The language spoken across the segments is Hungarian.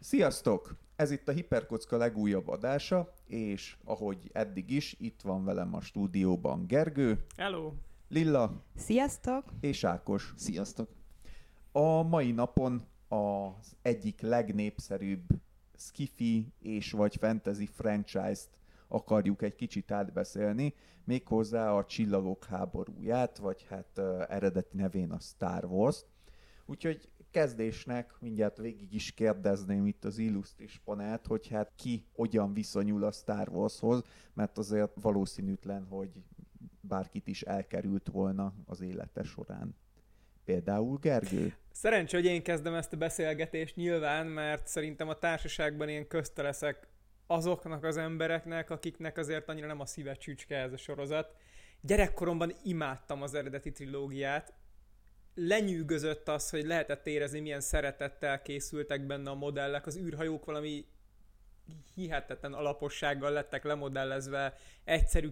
Sziasztok! Ez itt a Hiperkocka legújabb adása, és ahogy eddig is, itt van velem a stúdióban Gergő. Hello! Lilla. Sziasztok! És Ákos. Sziasztok! A mai napon az egyik legnépszerűbb sci-fi és vagy fantasy franchise-t akarjuk egy kicsit átbeszélni, méghozzá a Csillagok háborúját, vagy hát eredeti nevén a Star Wars-t. Úgyhogy kezdésnek mindjárt végig is kérdezném itt az illusztris panelt, hogy hát ki hogyan viszonyul a Star Warshoz, mert azért valószínűtlen, hogy bárkit is elkerült volna az élete során. Például Gergő. Szerencsé, hogy én kezdem ezt a beszélgetést nyilván, mert szerintem a társaságban én közte leszek azoknak az embereknek, akiknek azért annyira nem a szíve csücske ez a sorozat. Gyerekkoromban imádtam az eredeti trilógiát. Lenyűgözött az, hogy lehetett érezni, milyen szeretettel készültek benne a modellek. Az űrhajók valami hihetetlen alapossággal lettek lemodellezve, egyszerű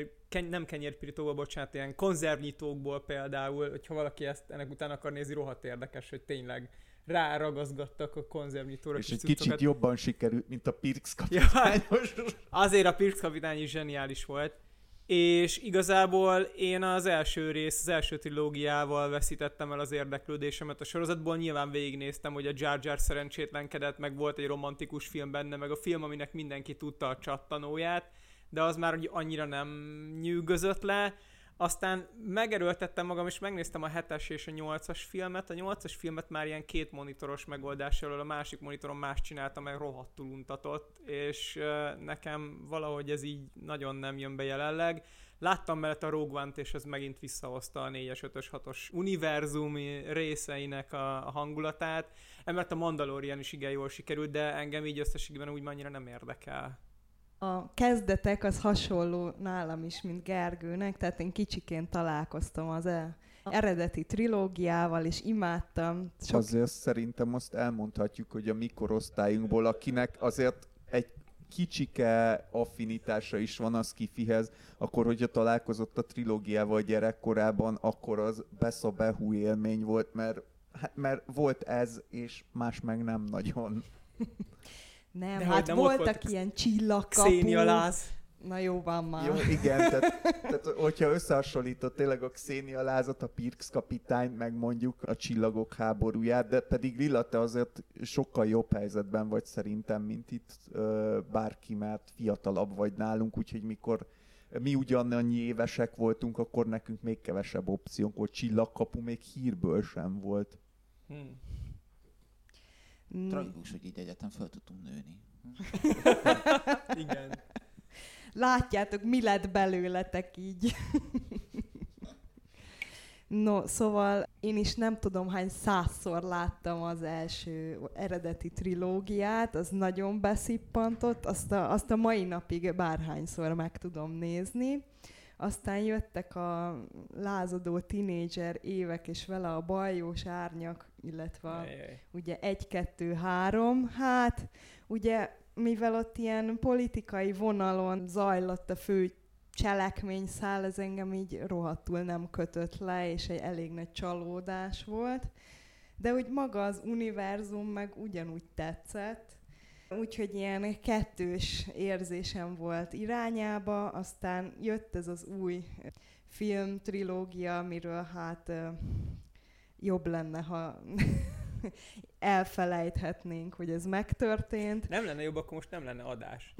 nem kenyérpirítóból, bocsánat, ilyen konzervnyitókból például, hogyha valaki ennek utána akar nézni, rohadt érdekes, hogy tényleg ráragazgattak a konzervnyitóra. És egy kicsit jobban sikerült, mint a Pirx kapitányos. Ja, azért a Pirx kapitány is zseniális volt. És igazából én az első trilógiával veszítettem el az érdeklődésemet a sorozatból. Nyilván végignéztem, hogy a Jar Jar szerencsétlenkedett, meg volt egy romantikus film benne, meg a film, aminek mindenki tudta a csattanóját, de az már annyira nem nyűgözött le. Aztán megerőltettem magam, és megnéztem a 7-es és a 8-as filmet. A 8-as filmet már ilyen 2 monitoros megoldással, a másik monitoron más csináltam, meg rohadtul untatott, és nekem valahogy ez így nagyon nem jön be jelenleg. Láttam mellett a Rogue One-t, és ez megint visszahozta a 4-es, 5-ös, 6-os univerzumi részeinek a hangulatát. Emellett a Mandalorian is igen jól sikerült, de engem így összességében úgy annyira nem érdekel. A kezdetek az hasonló nálam is, mint Gergőnek, tehát én kicsiként találkoztam az eredeti trilógiával, és imádtam. Azért szerintem azt elmondhatjuk, hogy a mi korosztályunkból, akinek azért egy kicsike affinitása is van a sci-fihez, akkor hogyha találkozott a trilógiával gyerekkorában, akkor az beszabehú élmény volt, mert volt ez, és más meg nem nagyon. Nem, de hát nem voltak ilyen csillagkapu. Xénialáz. Na jó, van már. Jó, igen, tehát hogyha összehasonlított tényleg a Xénialázat, a Pirx kapitányt, meg mondjuk a Csillagok háborúját, de pedig Lilla, te azért sokkal jobb helyzetben vagy szerintem, mint itt bárki, mert fiatalabb vagy nálunk, úgyhogy mikor mi ugyanannyi évesek voltunk, akkor nekünk még kevesebb opciónk volt. Csillagkapu még hírből sem volt. Tragikus, hogy így egyetem fel tudtunk nőni. Igen. Látjátok, mi lett belőletek így. No, szóval én is nem tudom hány 100-szor láttam az első eredeti trilógiát, az nagyon beszippantott, azt a mai napig bárhányszor meg tudom nézni. Aztán jöttek a lázadó tinédzser évek, és vele a Baljós árnyak, illetve ugye 1, 2, 3. Hát ugye mivel ott ilyen politikai vonalon zajlott a fő cselekményszál, ez engem így rohadtul nem kötött le, és egy elég nagy csalódás volt. De úgy maga az univerzum meg ugyanúgy tetszett. Úgyhogy ilyen kettős érzésem volt irányába, aztán jött ez az új film, trilógia, amiről hát jobb lenne, ha elfelejthetnénk, hogy ez megtörtént. Nem lenne jobb, akkor most nem lenne adás.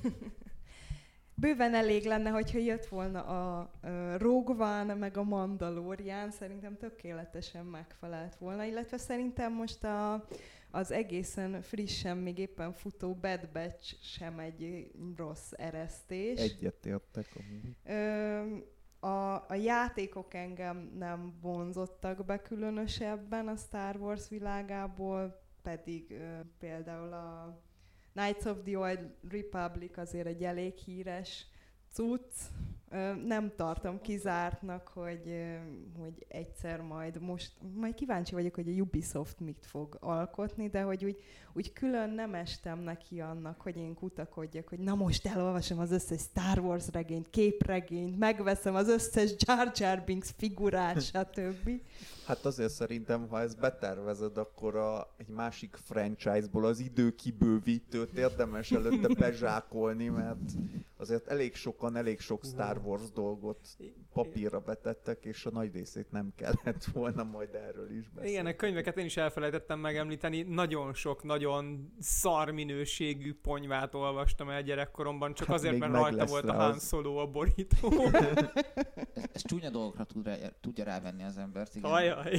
Bőven elég lenne, hogyha jött volna a Rogue One, meg a Mandalorian, szerintem tökéletesen megfelelt volna, illetve szerintem most az egészen frissen, még éppen futó Bad Batch sem egy rossz eresztés. Egyetértek amúgy. A játékok engem nem vonzottak be különösebben a Star Wars világából, pedig például a Knights of the Old Republic azért egy elég híres cucc, Nem tartom kizártnak, hogy egyszer majd kíváncsi vagyok, hogy a Ubisoft mit fog alkotni, de hogy úgy külön nem estem neki annak, hogy én kutakodjak, hogy na most elolvasom az összes Star Wars regényt, képregényt, megveszem az összes Jar Jar Binks figurát, stb. Hát azért szerintem, ha ezt betervezed, akkor egy másik franchise-ból az időkibővítőt érdemes előtte bezsákolni, mert azért elég sokan, elég sok Star Wars dolgot papírra betettek, és a nagy részét nem kellett volna majd erről is beszélni. Igen, a könyveket én is elfelejtettem megemlíteni. Nagyon sok, nagyon szar minőségű ponyvát olvastam el gyerekkoromban, csak Hát azért, még mert meg rajta lesz volt rá a Han az. Solo a borító. Ez csúnya dolgokra tudja rávenni az embert, igen. Ajaj.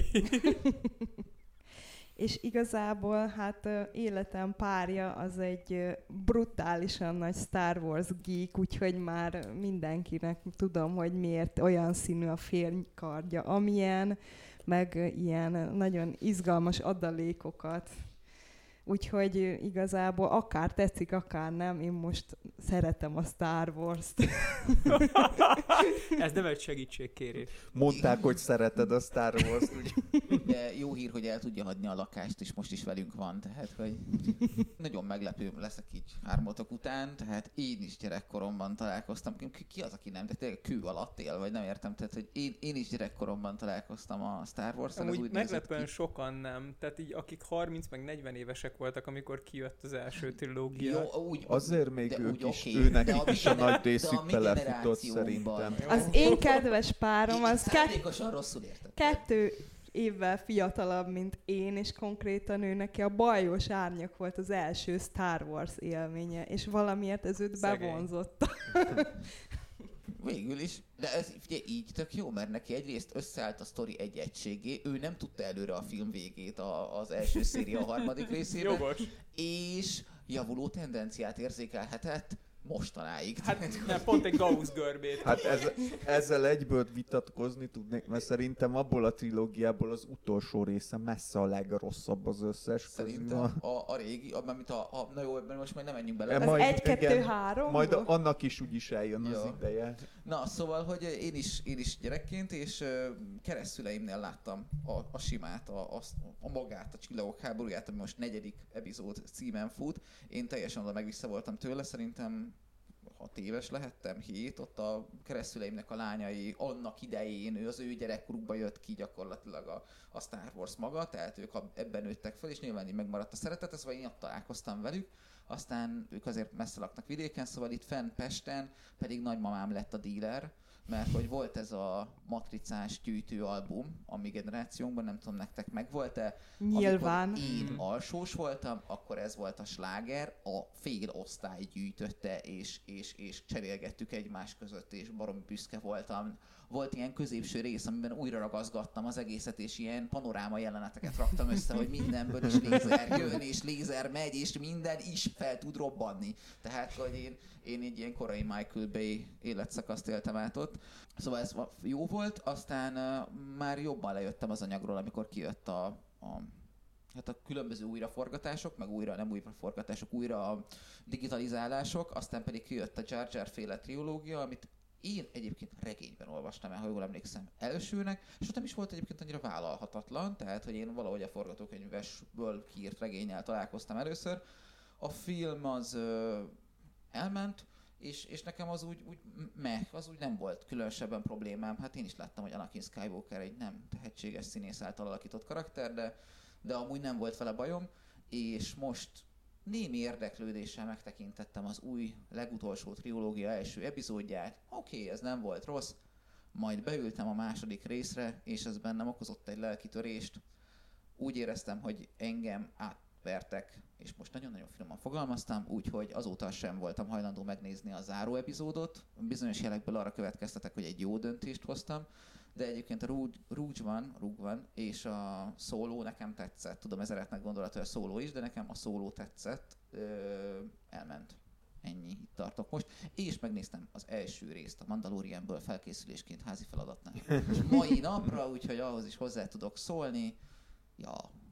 És igazából hát életem párja az egy brutálisan nagy Star Wars geek, úgyhogy már mindenkinek tudom, hogy miért olyan színű a férjkardja, amilyen, meg ilyen nagyon izgalmas adalékokat. Úgyhogy igazából akár tetszik, akár nem, én most szeretem a Star Wars-t. Ez nem egy segítségkérés. Mondták, hogy szereted a Star Wars-t, úgy. De jó hír, hogy el tudja hagyni a lakást, és most is velünk van, tehát hogy nagyon meglepő leszek így hármatok után, tehát én is gyerekkoromban találkoztam. Ki az, aki nem? De tényleg kő alatt él, vagy nem értem, tehát hogy én is gyerekkoromban találkoztam a Star Wars-tal. Amúgy meglepően sokan nem, tehát így akik 30 meg 40 évesek voltak, amikor kijött az első trilógia. Jó, úgy, Azért még de ők úgy is, oké, őnek de a mi is a nagy részük de a mi belefutott generációnkban. szerintem. Az én kedves párom, az szándékosan rosszul értettem. 2 évvel fiatalabb, mint én, és konkrétan ő neki a Bajos Árnyak volt az első Star Wars élménye, és valamiért ez őt Szegény. bevonzotta. Végül is, de ez ugye így tök jó, mert neki egyrészt összeállt a sztori egy egységé, ő nem tudta előre a film végét az első széria harmadik részében, Jogos. és javuló tendenciát érzékelhetett mostanáig. Hát nem, pont egy Gauss görbét. Hát ezzel egyből vitatkozni tudnék, mert szerintem abból a trilógiából az utolsó része messze a legrosszabb az összes. Szerintem a régi, mint na jó, most majd nem menjünk bele. Az Majd 1, 2, igen, 3? Majd annak is úgyis eljön az Jó. ideje. Na, szóval, hogy én is gyerekként, és keresztszüleimnél láttam a simát, a magát, a Csillagok háborúját, ami most 4. epizód címen fut. Én teljesen oda meg-vissza voltam tőle, szerintem 6 éves lehettem, 7, ott a keresztszüleimnek a lányai annak idején, az ő gyerekkorukban jött ki gyakorlatilag a Star Wars maga, tehát ők ebben nőttek fel, és nyilván így megmaradt a szeretet, szóval én ott találkoztam velük, aztán ők azért messze laknak vidéken, szóval itt fenn Pesten pedig nagymamám lett a díler, mert hogy volt ez a matricás gyűjtőalbum a mi generációnkban, nem tudom nektek megvolt-e. Nyilván. Amikor én alsós voltam, akkor ez volt a sláger, a fél osztály gyűjtötte, és cserélgettük egymás között, és baromi büszke voltam. Volt ilyen középső rész, amiben újra ragazgattam az egészet, és ilyen panoráma jeleneteket raktam össze, hogy mindenből is lézer jön, és lézer megy, és minden is fel tud robbanni. Tehát, hogy én egy ilyen korai Michael Bay életszakaszt éltem át ott. Szóval ez jó volt, aztán már jobban lejöttem az anyagról, amikor kijött a különböző újraforgatások, meg nem újraforgatások, újra a digitalizálások, aztán pedig kijött a Jar Jar féle trilógia, amit én egyébként regényben olvastam el, ha jól emlékszem, elsőnek, és ott nem is volt egyébként annyira vállalhatatlan, tehát hogy én valahogy a forgatókönyvesből kiírt regénnyel találkoztam először. A film az elment, és nekem az úgy az úgy nem volt különösebben problémám. Hát én is láttam, hogy Anakin Skywalker egy nem tehetséges színész által alakított karakter, de amúgy nem volt vele bajom, és most némi érdeklődéssel megtekintettem az új, legutolsó trilógia első epizódját. Oké, ez nem volt rossz. Majd beültem a második részre, és ez bennem okozott egy lelkitörést. Úgy éreztem, hogy engem átvertek, és most nagyon-nagyon finoman fogalmaztam, úgyhogy azóta sem voltam hajlandó megnézni a záró epizódot. Bizonyos jelekből arra következtetek, hogy egy jó döntést hoztam, de egyébként a Rogue One és a Solo nekem tetszett. Tudom, ez eretnek gondolat, hogy a Solo is, de nekem a Solo tetszett. Elment. Ennyi, itt tartok most. És megnéztem az első részt a Mandalorianből felkészülésként házi feladatnál. Mai napra, úgyhogy ahhoz is hozzá tudok szólni. Ja,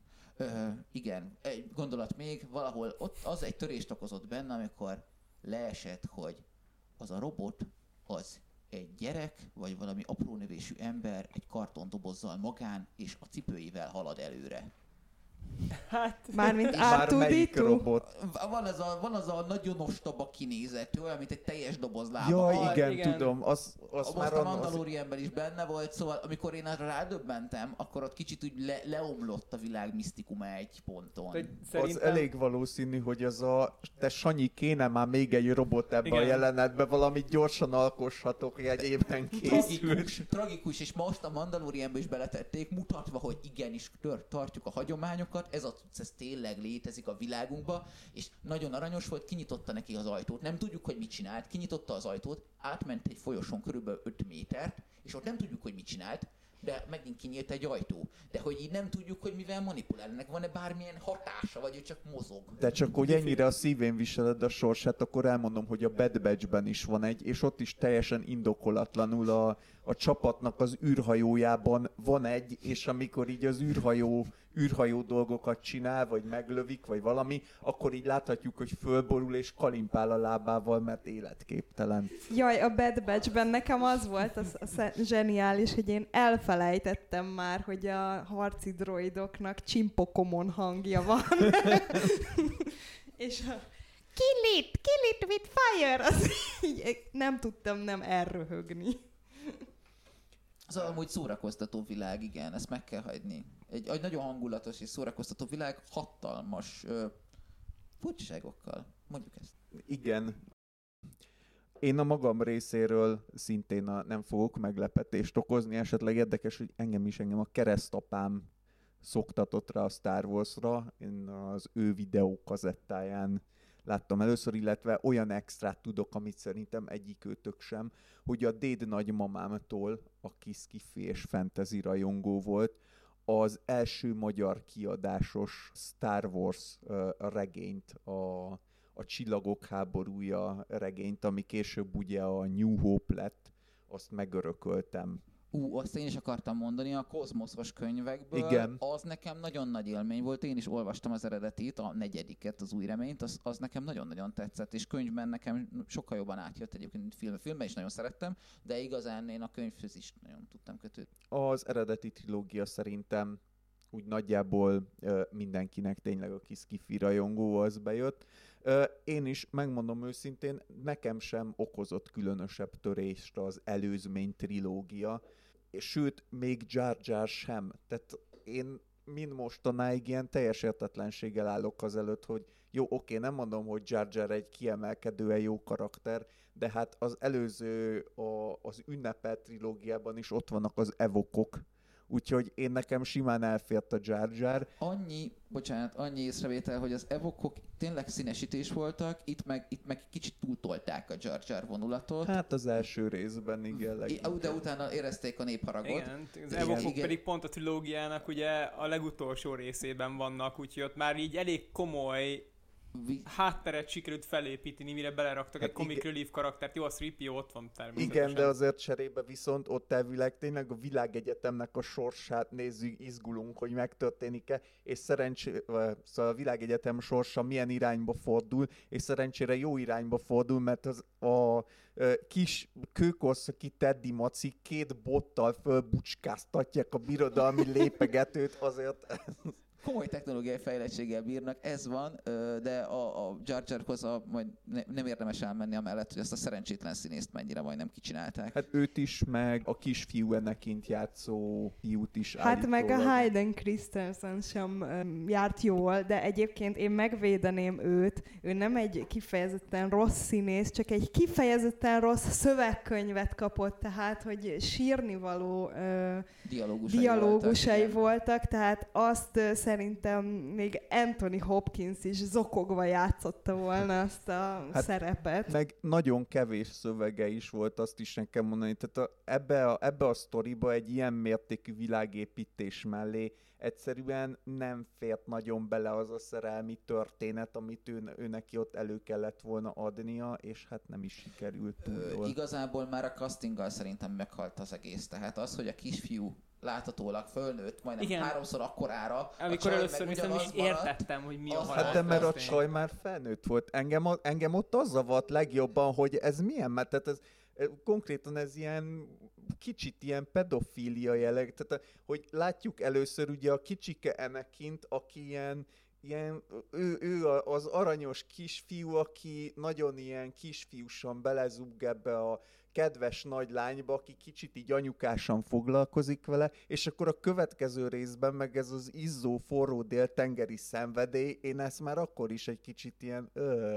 igen, egy gondolat még, valahol ott az egy törést okozott benne, amikor leesett, hogy az a robot, az egy gyerek, vagy valami aprónövésű ember egy kartondobozzal magán, és a cipőivel halad előre. Hát, Mármint Már melyik R2D2. robot? Van az a nagyon ostoba kinézetű, olyan, mint egy teljes doboz lába. Ja, igen, igen. tudom. Az Most már a az... Mandalorianben is benne volt, szóval amikor én arra rádöbbentem, akkor ott kicsit úgy leomlott a világ misztikuma egy ponton. hogy Az szerintem... elég valószínű, hogy az a... Te Sanyi, kéne már még egy robot ebbe a Igen. jelenetbe, valamit gyorsan alkoshatok, hogy egy évben készült. Tragikus, és most a Mandalorianbe is beletették, mutatva, hogy igenis tartjuk a hagyományokat, ez a cucc, ez tényleg létezik a világunkba, és nagyon aranyos volt, kinyitotta neki az ajtót, nem tudjuk, hogy mit csinált, kinyitotta az ajtót, átment egy folyosón körülbelül 5 métert, és ott nem tudjuk, hogy mit csinált, de megint kinyílt egy ajtó. De hogy így nem tudjuk, hogy mivel manipulál, ennek van-e bármilyen hatása, vagy ő csak mozog. De csak hogy ennyire a szívén viseled a sorsát, akkor elmondom, hogy a Bad Batch-ben is van egy, és ott is teljesen indokolatlanul a csapatnak az űrhajójában van egy, és amikor így az űrhajó dolgokat csinál, vagy meglövik, vagy valami, akkor így láthatjuk, hogy fölborul és kalimpál a lábával, mert életképtelen. Jaj, a Bad Batch-ben nekem az volt zseniális, hogy én elfelejtettem már, hogy a harci droidoknak Csimpokomon hangja van. És a kill it with fire! Az így, nem tudtam nem elröhögni. Az amúgy szórakoztató világ, igen, ezt meg kell hagyni. Egy nagyon hangulatos és szórakoztató világ, hatalmas furcsaságokkal, mondjuk ezt. Igen. Én a magam részéről szintén nem fogok meglepetést okozni, esetleg érdekes, hogy engem a keresztapám szoktatott rá a Star Wars-ra, én az ő videókazettáján láttam először, illetve olyan extrát tudok, amit szerintem egyikőtök sem, hogy a déd nagymamámtól, aki sci-fi és fantasy rajongó volt, az első magyar kiadásos Star Wars regényt, a Csillagok háborúja regényt, ami később ugye a New Hope lett, azt megörököltem. Azt én is akartam mondani, a kozmoszos könyvekből, Igen. Az nekem nagyon nagy élmény volt, én is olvastam az eredetit, a 4., az új reményt, az nekem nagyon-nagyon tetszett, és könyvben nekem sokkal jobban átjött egyébként, filmben is nagyon szerettem, de igazán én a könyvhöz is nagyon tudtam kötődni. Az eredeti trilógia szerintem úgy nagyjából mindenkinek tényleg, aki sci-fi rajongó, az bejött. Én is, megmondom őszintén, nekem sem okozott különösebb törést az előzmény trilógia, sőt, még Jar Jar sem. Tehát én mind mostanáig ilyen teljes értetlenséggel állok az előtt, hogy jó, oké, nem mondom, hogy Jar Jar egy kiemelkedően jó karakter, de hát az előző, az ünnepelt trilógiában is ott vannak az evokok, úgyhogy én nekem simán elfért a Jar Jar. Annyi észrevétel, hogy az evokok tényleg színesítés voltak, itt meg kicsit túltolták a Jar Jar vonulatot. Hát az első részben igen. De utána érezték a népharagot. Igen, az evokok pedig pont a trilógiának ugye a legutolsó részében vannak, úgyhogy ott már így elég komoly hátteret sikerült felépíteni, mire beleraktak egy comic relief karaktert. Jó, a 3PO ott van természetesen. Igen, de azért cserébe viszont ott elvileg tényleg a világegyetemnek a sorsát nézzük, izgulunk, hogy megtörténik-e, és szóval a világegyetem sorsa milyen irányba fordul, és szerencsére jó irányba fordul, mert az a kis kőkorszaki Teddy Maci 2 bottal fölbucskáztatják a birodalmi lépegetőt, azért... Komoly technológiai fejlettséggel bírnak, ez van, de a Jar Jarhoz majd nem érdemes elmenni amellett, hogy ezt a szerencsétlen színészt mennyire majdnem kicsinálták. Hát őt is, meg a kisfiú Anakin játszó fiút is Hát meg a Hayden Christensen sem járt jól, de egyébként én megvédeném őt. Ő nem egy kifejezetten rossz színész, csak egy kifejezetten rossz szövegkönyvet kapott, tehát hogy sírnivaló dialógusai voltak, tehát azt szerintem még Anthony Hopkins is zokogva játszotta volna azt a szerepet. Meg nagyon kevés szövege is volt, azt is nekem mondani. Tehát ebbe a sztoriba egy ilyen mértékű világépítés mellé egyszerűen nem fért nagyon bele az a szerelmi történet, amit ő neki ott elő kellett volna adnia, és hát nem is sikerült túl jól. Igazából már a castinggal szerintem meghalt az egész. Tehát az, hogy a kisfiú láthatólag fölnőtt, majdnem 3-szor akkorára. Amikor először viszont is értettem, hogy mi a halál. Hát de mert a csaj már felnőtt volt. Engem ott az zavart legjobban, hogy ez milyen, mert tehát ez Konkrétan ez ilyen kicsit ilyen pedofília jelleg, tehát hogy látjuk először ugye a kicsike Anakint, aki ilyen ő az aranyos kisfiú, aki nagyon ilyen kisfiúsan belezúg ebbe a kedves nagy lányba, aki kicsit így anyukásan foglalkozik vele, és akkor a következő részben meg ez az izzó forró déltengeri szenvedély, én ezt már akkor is egy kicsit ilyen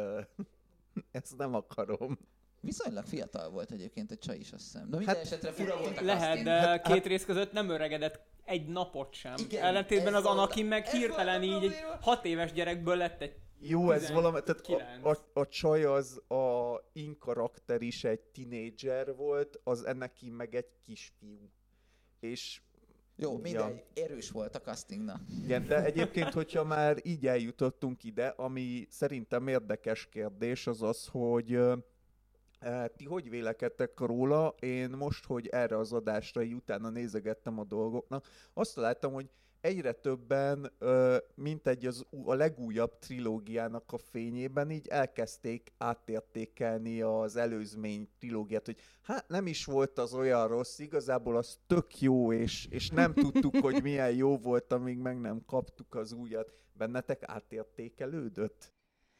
ezt nem akarom. Viszonylag fiatal volt egyébként egy csaj is, azt hiszem. De minden esetre fura volt a Lehet, de két rész között nem öregedett egy napot sem. Igen, ellentétben az Anakin meg hirtelen így egy 6 éves gyerekből lett egy jó, ez valami, tehát a csaj az a in-karakter is egy tinédzser volt, az Anakin meg egy kisfiú. És jó, mindegy, erős volt a castingnak. Igen, de egyébként, hogyha már így eljutottunk ide, ami szerintem érdekes kérdés, az az, hogy ti hogy vélekedtek róla? Én most, hogy erre az adásra így utána nézegettem a dolgoknak, azt találtam, hogy egyre többen, mint a legújabb trilógiának a fényében így elkezdték átértékelni az előzmény trilógiát, hogy hát nem is volt az olyan rossz, igazából az tök jó, és nem tudtuk, hogy milyen jó volt, amíg meg nem kaptuk az újat. Bennetek átértékelődött?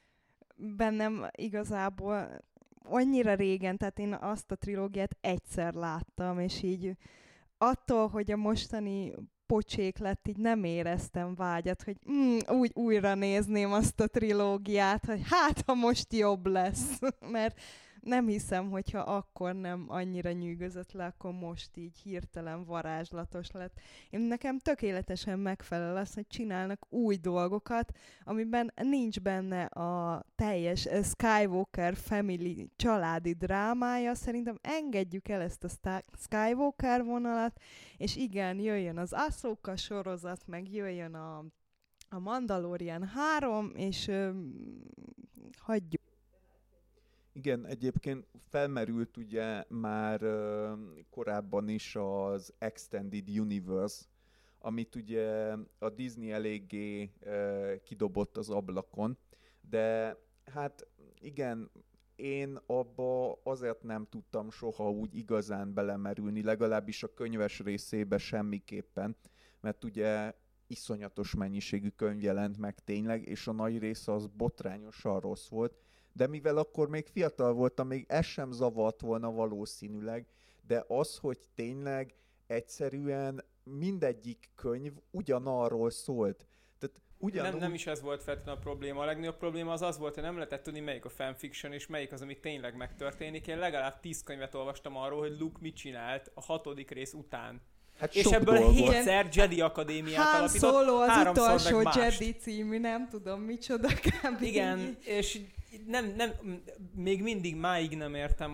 Bennem igazából annyira régen, tehát én azt a trilógiát egyszer láttam, és így attól, hogy a mostani pocsék lett, így nem éreztem vágyat, hogy úgy újra nézném azt a trilógiát, hogy hát, ha most jobb lesz, mert nem hiszem, hogyha akkor nem annyira nyűgözött le, akkor most így hirtelen varázslatos lett. Nekem tökéletesen megfelel az, hogy csinálnak új dolgokat, amiben nincs benne a teljes Skywalker family családi drámája. Szerintem engedjük el ezt a Skywalker vonalat, és igen, jöjjön az Ahsoka sorozat, meg jöjjön a Mandalorian 3, és hagyjuk. Igen, egyébként felmerült ugye már korábban is az Extended Universe, amit ugye a Disney eléggé kidobott az ablakon, de hát igen, én abba azért nem tudtam soha úgy igazán belemerülni, legalábbis a könyves részébe semmiképpen, mert ugye iszonyatos mennyiségű könyv jelent meg tényleg, és a nagy része az botrányosan rossz volt, de mivel akkor még fiatal voltam, még ez sem zavart volna valószínűleg, de az, hogy tényleg egyszerűen mindegyik könyv ugyanarról szólt. Tehát nem is ez volt feltétlenül a probléma. A legnagyobb probléma az volt, hogy nem lehetett tudni, melyik a fanfiction és melyik az, ami tényleg megtörténik. Én legalább 10 könyvet olvastam arról, hogy Luke mit csinált a 6. rész után. Hát és ebből 7-szer Jedi Akadémiát alapított, Han Solo az utolsó mást. Jedi című, nem tudom micsoda kb. Igen, és még mindig máig nem értem,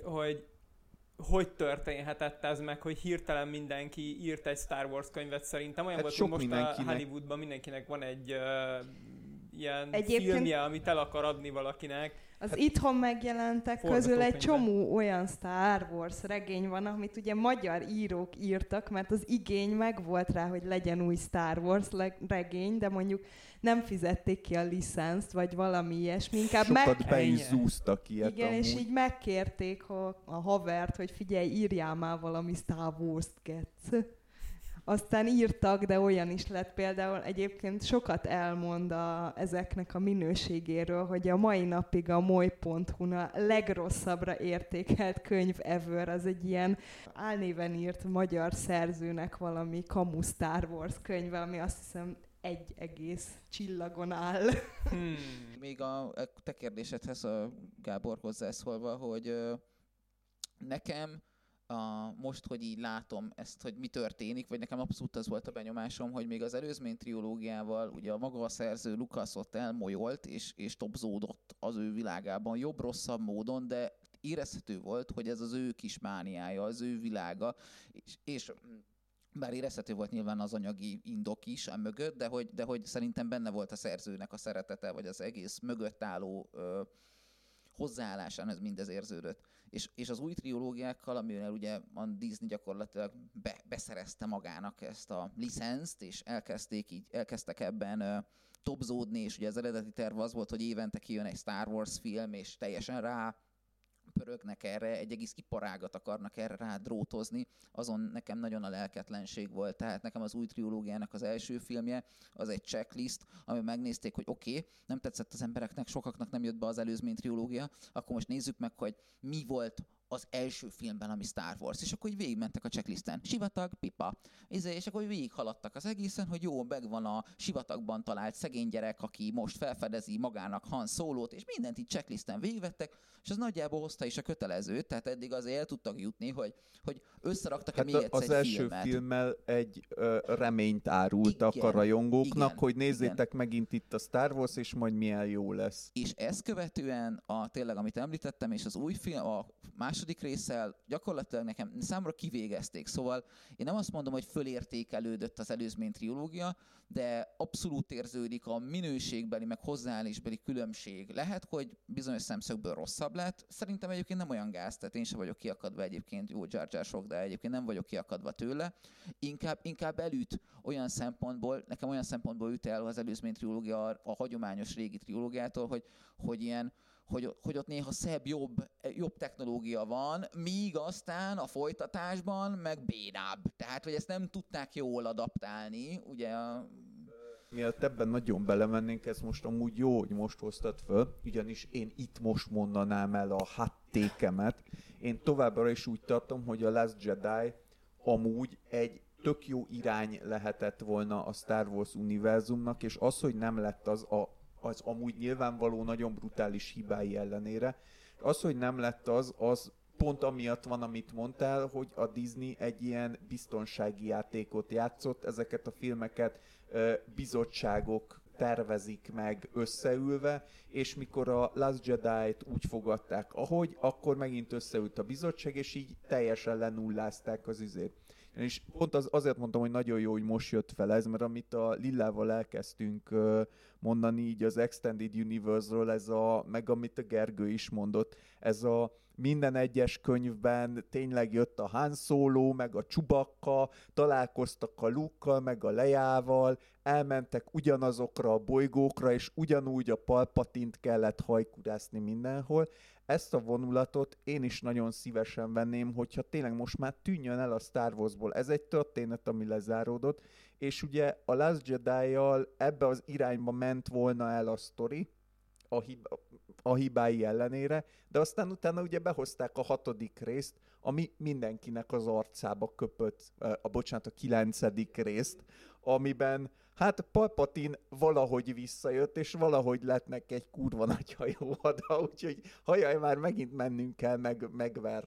hogy történhetett ez meg, hogy hirtelen mindenki írt egy Star Wars könyvet szerintem. Olyan volt, hogy most a Hollywoodban mindenkinek van egy ilyen filmje, amit el akar adni valakinek. Az itthon megjelentek közül egy csomó olyan Star Wars regény van, amit ugye magyar írók írtak, mert az igény megvolt rá, hogy legyen új Star Wars regény, de mondjuk nem fizették ki a licenszt, vagy valami ilyesmi. Inkább sokat be is zúztak ilyet. Igen, amúgy. És így megkérték a havert, hogy figyelj, írjál már valami Star Wars-t, getsz. Aztán írtak, de olyan is lett például, egyébként sokat elmond ezeknek a minőségéről, hogy a mai napig a moly.hu-n a legrosszabbra értékelt könyv ever, az egy ilyen álnéven írt magyar szerzőnek valami kamu Star Wars könyve, ami azt hiszem egy egész csillagon áll. Még a te kérdésedhez, a Gábor hozzászólva, hogy nekem most, hogy így látom ezt, hogy mi történik, vagy nekem abszolút az volt a benyomásom, hogy még az előzmény triológiával ugye a maga a szerző Lucas ott elmolyult, és topzódott az ő világában jobb-rosszabb módon, de érezhető volt, hogy ez az ő kis mániája, az ő világa, és bár érezhető volt nyilván az anyagi indok is mögött, de hogy szerintem benne volt a szerzőnek a szeretete, vagy az egész mögött álló hozzáállásán ez mindez érződött. És az új triológiákkal, amivel ugye a Disney gyakorlatilag beszerezte magának ezt a licenszt, és elkezdtek ebben topzódni, és ugye az eredeti terv az volt, hogy évente kijön egy Star Wars film, és teljesen rá rápörögnek erre, egy egész iparágat akarnak erre rádrótozni, azon nekem nagyon a lelketlenség volt. Tehát nekem az új trilógiának az első filmje, az egy checklist, amiben megnézték, hogy oké, nem tetszett az embereknek, sokaknak nem jött be az előzmény trilógia, akkor most nézzük meg, hogy mi volt az első filmben, ami Star Wars. És akkor így végigmentek a checklisten. Sivatag, pipa. És akkor végighaladtak az egészen, hogy jó, megvan a sivatagban talált szegény gyerek, aki most felfedezi magának Han Solót, és mindent így checklisten végigvettek, és az nagyjából hozta is a kötelezőt, tehát eddig azért el tudtak jutni, hogy összeraktak még egyszer az egy első filmet. filmmel egy reményt árultak a rajongóknak, hogy nézzétek megint itt a Star Wars, és majd milyen jó lesz. És ezt követően tényleg, amit említettem, és az új film, a második résszel gyakorlatilag nekem számomra kivégezték. Szóval én nem azt mondom, hogy fölértékelődött az előzmény trilógia, de abszolút érződik a minőségbeli, meg hozzáállásbeli különbség. Lehet, hogy bizonyos szemszögből rosszabb lett. Szerintem egyébként nem olyan gáz, tehát én sem vagyok kiakadva egyébként, jó Jar Jar sok, de egyébként nem vagyok kiakadva tőle. Inkább elüt olyan szempontból, nekem olyan szempontból üt el az előzmény trilógia a hagyományos régi trilógiától, hogy ott néha szebb, jobb technológia van, míg aztán a folytatásban meg bénább. Tehát, hogy ezt nem tudták jól adaptálni, ugye Mielőtt ebben nagyon belemennénk, ez most amúgy jó, hogy most hoztad föl, ugyanis én itt most mondanám el a hattékemet. Én továbbra is úgy tartom, hogy a Last Jedi amúgy egy tök jó irány lehetett volna a Star Wars univerzumnak, és az, hogy nem lett az amúgy nyilvánvaló nagyon brutális hibái ellenére, az, hogy nem lett az pont amiatt van, amit mondtál, hogy a Disney egy ilyen biztonsági játékot játszott, ezeket a filmeket bizottságok tervezik meg összeülve, és mikor a Last Jedi-t úgy fogadták, ahogy, akkor megint összeült a bizottság, és így teljesen lenullázták az üzét. És pont azért mondtam, hogy nagyon jó, hogy most jött fel ez, mert amit a Lillával elkezdtünk mondani így az Extended Universe-ről, meg amit a Gergő is mondott, ez a minden egyes könyvben tényleg jött a Han Solo, meg a Chewbacca, találkoztak a Luke-kal, meg a Leiával, elmentek ugyanazokra a bolygókra, és ugyanúgy a Palpatint kellett hajkurászni mindenhol. Ezt a vonulatot én is nagyon szívesen venném, hogyha tényleg most már tűnjön el a Star Warsból. Ez egy történet, ami lezáródott, és ugye a Last Jedi-jal ebbe az irányba ment volna el a sztori, a hibái ellenére, de aztán utána ugye behozták a 6. részt, ami mindenkinek az arcába köpött, a 9. részt, amiben hát Palpatine valahogy visszajött, és valahogy lett neki egy kurva nagy hajóhada, úgyhogy hajaj, már megint mennünk kell megver.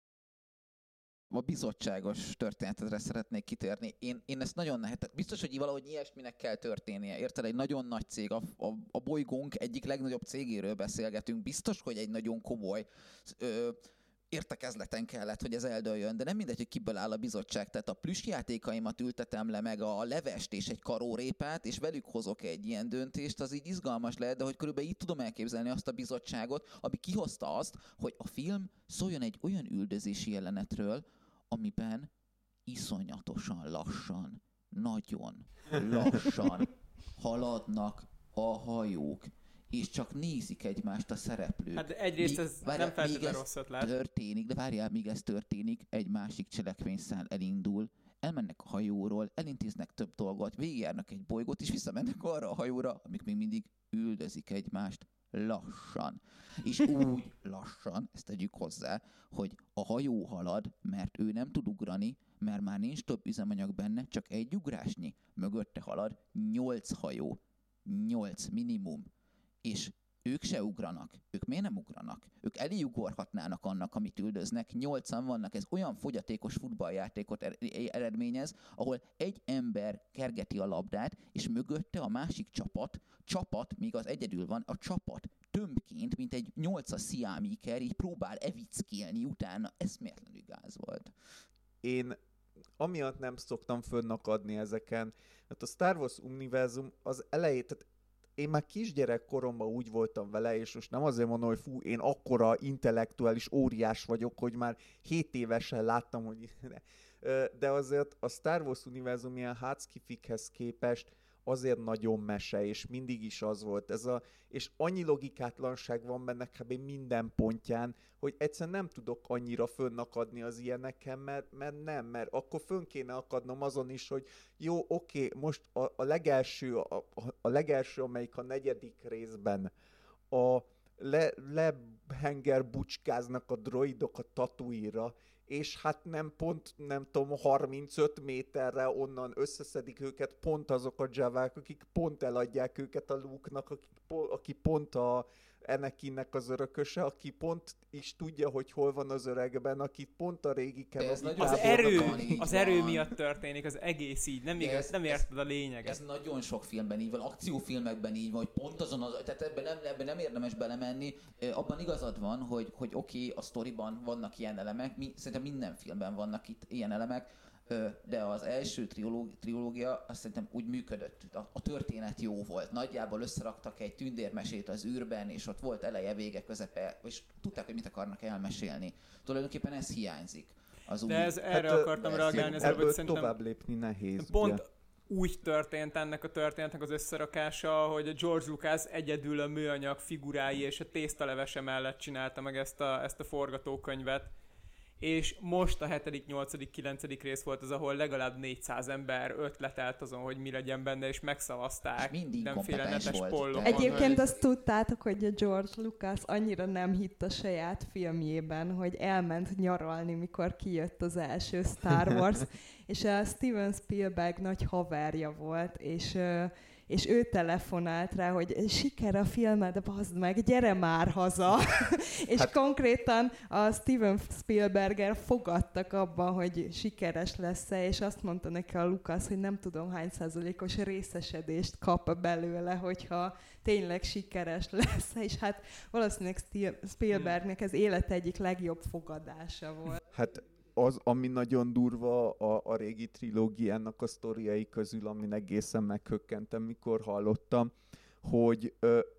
A bizottságos történetre szeretnék kitérni. Én ezt nagyon nehéz. Biztos, hogy valahogy ilyesminek kell történnie. Érted? Egy nagyon nagy cég, a bolygónk egyik legnagyobb cégéről beszélgetünk. Biztos, hogy egy nagyon komoly értekezleten kellett, hogy ez eldőljön, de nem mindegy, hogy kiből áll a bizottság. Tehát a plüssjátékaimat ültetem le, meg a levest és egy karórépát, és velük hozok egy ilyen döntést, az így izgalmas lehet, de hogy körülbelül így tudom elképzelni azt a bizottságot, ami kihozta azt, hogy a film szóljon egy olyan üldözési jelenetről, amiben iszonyatosan lassan, nagyon lassan haladnak a hajók, és csak nézik egymást a szereplők. Hát egyrészt ez nem feltétlenül rossz ötlet. Történik, de várjál, míg ez történik, egy másik cselekvényszál elindul, elmennek a hajóról, elintéznek több dolgot, végigjárnak egy bolygót, és visszamennek arra a hajóra, amik még mindig üldözik egymást lassan. És úgy lassan, ezt tegyük hozzá, hogy a hajó halad, mert ő nem tud ugrani, mert már nincs több üzemanyag benne, csak egy ugrásnyi. Mögötte halad 8 hajó. 8 minimum. És ők se ugranak. Ők miért nem ugranak? Ők elé ugorhatnának annak, amit üldöznek. 8-an vannak. Ez olyan fogyatékos futballjátékot eredményez, ahol egy ember kergeti a labdát, és mögötte a másik csapat, míg az egyedül van, a csapat tömbként, mint egy 8-as sziámiker, így próbál evickélni utána. Eszméletlenül gáz volt. Én amiatt nem szoktam fönnakadni ezeken, mert a Star Wars univerzum az elejét, tehát én már kisgyerek koromban úgy voltam vele, és most nem azért mondom, hogy fú, én akkora intellektuális óriás vagyok, hogy már 7 évesen láttam, hogy de azért a Star Wars univerzum ilyen hardskifikhez képest azért nagyon mese, és mindig is az volt. És annyi logikátlanság van benne kb. Minden pontján, hogy egyszerűen nem tudok annyira fönnakadni az ilyeneken, mert akkor fönn kéne akadnom azon is, hogy jó, oké, most a legelső, amelyik a 4. részben lehenger bucskáznak a droidok a Tatooine-ra, és hát nem tudom, 35 méterre onnan összeszedik őket pont azok a Javák, akik pont eladják őket a Luke-nak, aki pont a Anakinnek az örököse, aki pont is tudja, hogy hol van az öregben, aki pont a régi az erő miatt történik, az egész így, nem érted a lényeget. Ez nagyon sok filmben így van, akciófilmekben így van, hogy pont azon tehát ebben nem érdemes belemenni. Abban igazad van, hogy oké, a sztoriban vannak ilyen elemek, szerintem minden filmben vannak itt ilyen elemek, de az első trilógia azt szerintem úgy működött. A történet jó volt. Nagyjából összeraktak egy tündérmesét az űrben, és ott volt eleje, vége, közepe, és tudták, hogy mit akarnak elmesélni. Tulajdonképpen ez hiányzik. Erre akartam reagálni. Ebből tovább lépni nehéz. Pont ugye? Úgy történt ennek a történetnek az összerakása, hogy a George Lucas egyedül a műanyag figurái és a tésztalevese mellett csinálta meg ezt a forgatókönyvet. És most a 7., 8., 9. rész volt az, ahol legalább 400 ember ötletelt azon, hogy mi legyen benne, és megszavazták mindenféle netes pollokon. Egyébként azt tudtátok, hogy a George Lucas annyira nem hitt a saját filmjében, hogy elment nyaralni, mikor kijött az első Star Wars, és a Steven Spielberg nagy haverja volt, és ő telefonált rá, hogy siker a filmed, bazd meg, gyere már haza. És konkrétan a Steven Spielberger fogadtak abban, hogy sikeres lesz-e, és azt mondta neki a Lucas, hogy nem tudom hány százalékos részesedést kap belőle, hogyha tényleg sikeres lesz, és hát valószínűleg Spielbergnek ez élet egyik legjobb fogadása volt. Hát az, ami nagyon durva a régi trilógiának a sztoriai közül, amin egészen meghökkentem, mikor hallottam, hogy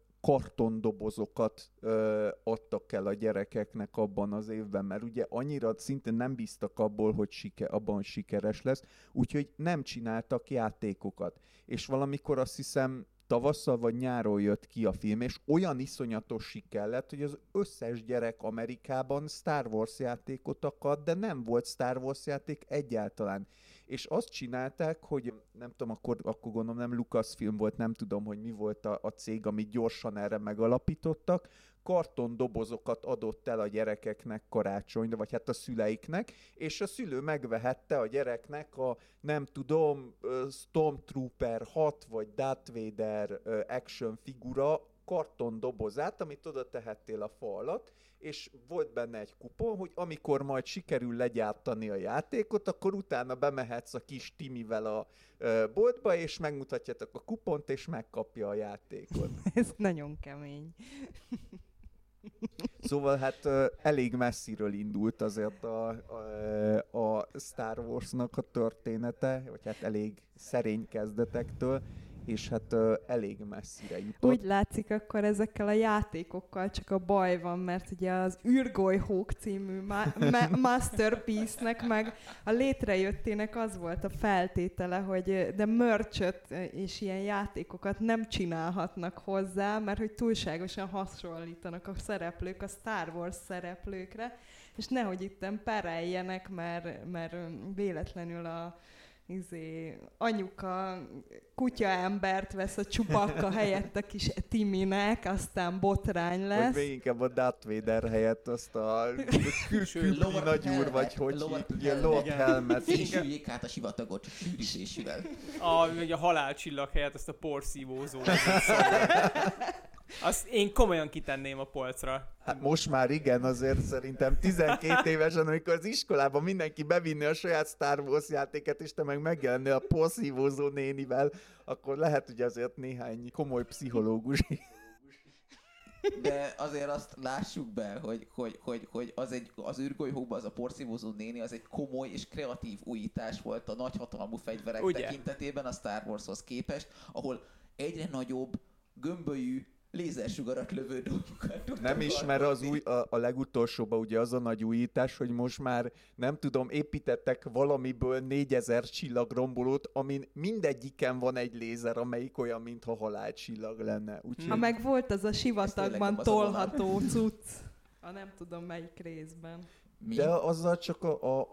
kartondobozokat adtak el a gyerekeknek abban az évben, mert ugye annyira szintén nem bíztak abból, hogy abban sikeres lesz, úgyhogy nem csináltak játékokat. És valamikor azt hiszem tavasszal vagy nyáron jött ki a film, és olyan iszonyatos siker lett, hogy az összes gyerek Amerikában Star Wars játékot akart, de nem volt Star Wars játék egyáltalán. És azt csinálták, hogy nem tudom, akkor gondolom nem Lucasfilm volt, nem tudom, hogy mi volt a cég, amit gyorsan erre megalapítottak, kartondobozokat adott el a gyerekeknek karácsonyra, vagy hát a szüleiknek, és a szülő megvehette a gyereknek a, nem tudom, Stormtrooper 6 vagy Darth Vader action figura kartondobozát, amit oda tehettél a fa alatt, és volt benne egy kupon, hogy amikor majd sikerül legyártani a játékot, akkor utána bemehetsz a kis Timivel a boltba, és megmutatjátok a kupont, és megkapja a játékot. Ez nagyon kemény. Szóval hát elég messziről indult azért a Star Wars-nak a története, vagy hát elég szerény kezdetektől, és hát elég messzire jutott. Úgy látszik, akkor ezekkel a játékokkal csak a baj van, mert ugye az űrgolyhók című masterpiece-nek meg a létrejöttének az volt a feltétele, hogy de merch-öt és ilyen játékokat nem csinálhatnak hozzá, mert hogy túlságosan hasonlítanak a szereplők a Star Wars szereplőkre, és nehogy itten pereljenek, mert véletlenül anyuka kutyaembert vesz a Chewbacca helyett a kis Timinek, aztán botrány lesz. Vagy még inkább a Darth Vader helyett azt a külső nagyúr, vagy hogy ilyen Lord Helmet. Fésüljék át a sivatagot sűrítésével. Még a halálcsillag helyett azt a porszívózót. Azt én komolyan kitenném a polcra. Hát most már igen, azért szerintem 12 évesen, amikor az iskolában mindenki bevinni a saját Star Wars játéket, és te meg megjelennél a porszívózó nénivel, akkor lehet, hogy azért néhány komoly pszichológus. De azért azt lássuk be, hogy az űrgolyhóban az a porszívózó néni az egy komoly és kreatív újítás volt a nagyhatalmú fegyverek tekintetében a Star Warshoz képest, ahol egyre nagyobb, gömbölyű lézersugarat lövő dolgokat tudtam. Nem ismer az új, a legutolsóban ugye az a nagy újítás, hogy most már nem tudom, építettek valamiből 4000 csillagrombolót, amin mindegyiken van egy lézer, amelyik olyan, mintha halálcsillag lenne. Úgyhogy... Ha meg volt az a sivatagban tényleg nem az a tolható cucc. Nem tudom melyik részben. Mi? De azzal csak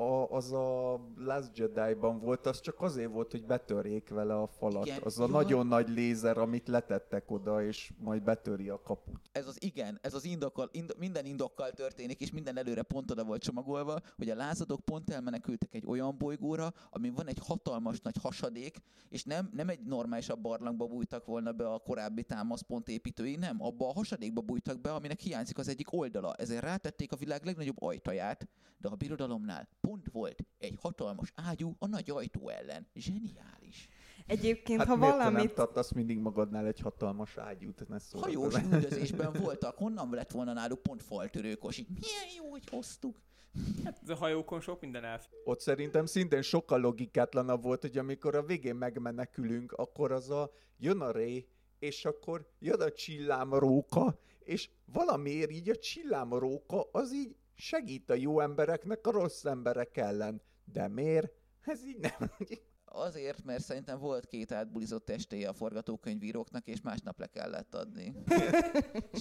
az a Last Jedi-ban volt, az csak azért volt, hogy betörjék vele a falat. Igen. Az a nagyon nagy lézer, amit letettek oda, és majd betöri a kaput. Ez az minden indokkal történik, és minden előre pont oda volt csomagolva, hogy a lázadók pont elmenekültek egy olyan bolygóra, amin van egy hatalmas nagy hasadék, és nem egy normálisabb barlangba bújtak volna be a korábbi támaszpont építői, nem, abba a hasadékba bújtak be, aminek hiányzik az egyik oldala. Ezért rátették a világ legnagyobb ajtaját, de a birodalomnál pont volt egy hatalmas ágyú a nagy ajtó ellen. Zseniális. Egyébként, Hát ha miért te nem valamit... tartasz mindig magadnál egy hatalmas ágyút, ne szólj. Hajós üldözésben voltak, honnan lett volna náluk pont faltörőkos, így milyen jó, hogy hoztuk. Hát a hajókon sok minden elfér. Ott szerintem szintén sokkal logikátlanabb volt, hogy amikor a végén megmenekülünk, akkor jön a Rey, és akkor jön a csillámróka, és valamiért így a csillámróka az így segít a jó embereknek a rossz emberek ellen. De miért? Ez így nem. Azért, mert szerintem volt 2 átbulizott estéje a forgatókönyvíróknak, és másnap le kellett adni. És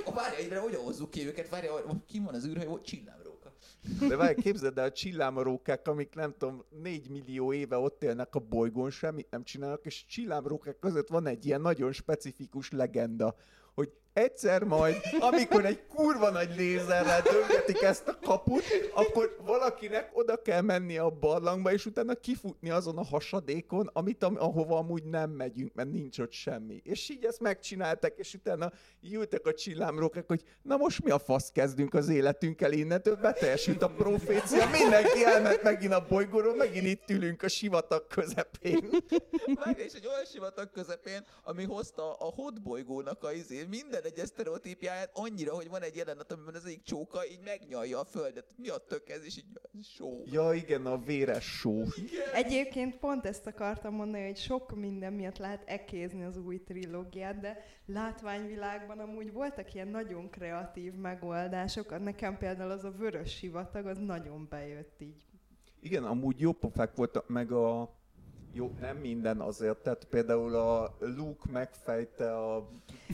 hogy hozzuk ki őket? Várjál, ki van az űrhajó? Csillámróka. De várj, képzeld el, a csillámrókák, amik nem tudom, 4 millió éve ott élnek a bolygón, semmit nem csinálnak, és csillámrókák között van egy ilyen nagyon specifikus legenda, hogy egyszer majd, amikor egy kurva nagy lézerrel döngetik ezt a kaput, akkor valakinek oda kell menni a barlangba, és utána kifutni azon a hasadékon, ahova amúgy nem megyünk, mert nincs ott semmi. És így ezt megcsinálták, és utána jöttek a csillámrókák, hogy na most mi a fasz kezdünk az életünkkel innentől, beteljesült a profécia, mindenki elment megint a bolygóról, megint itt ülünk a sivatag közepén. Várj, és egy olyan sivatag közepén, ami hozta a hot bolygónak minden egyes sztereotípiáját annyira, hogy van egy jelenet, amiben az egyik csóka így megnyalja a földet. Mi a tök ez, és így só. Ja igen, a véres só. Egyébként pont ezt akartam mondani, hogy sok minden miatt lehet ekézni az új trilógiát, de látványvilágban amúgy voltak ilyen nagyon kreatív megoldások. Nekem például az a vörös sivatag, az nagyon bejött így. Igen, amúgy jó pofák voltak, meg jó, nem minden azért, tehát például a Luke megfejte a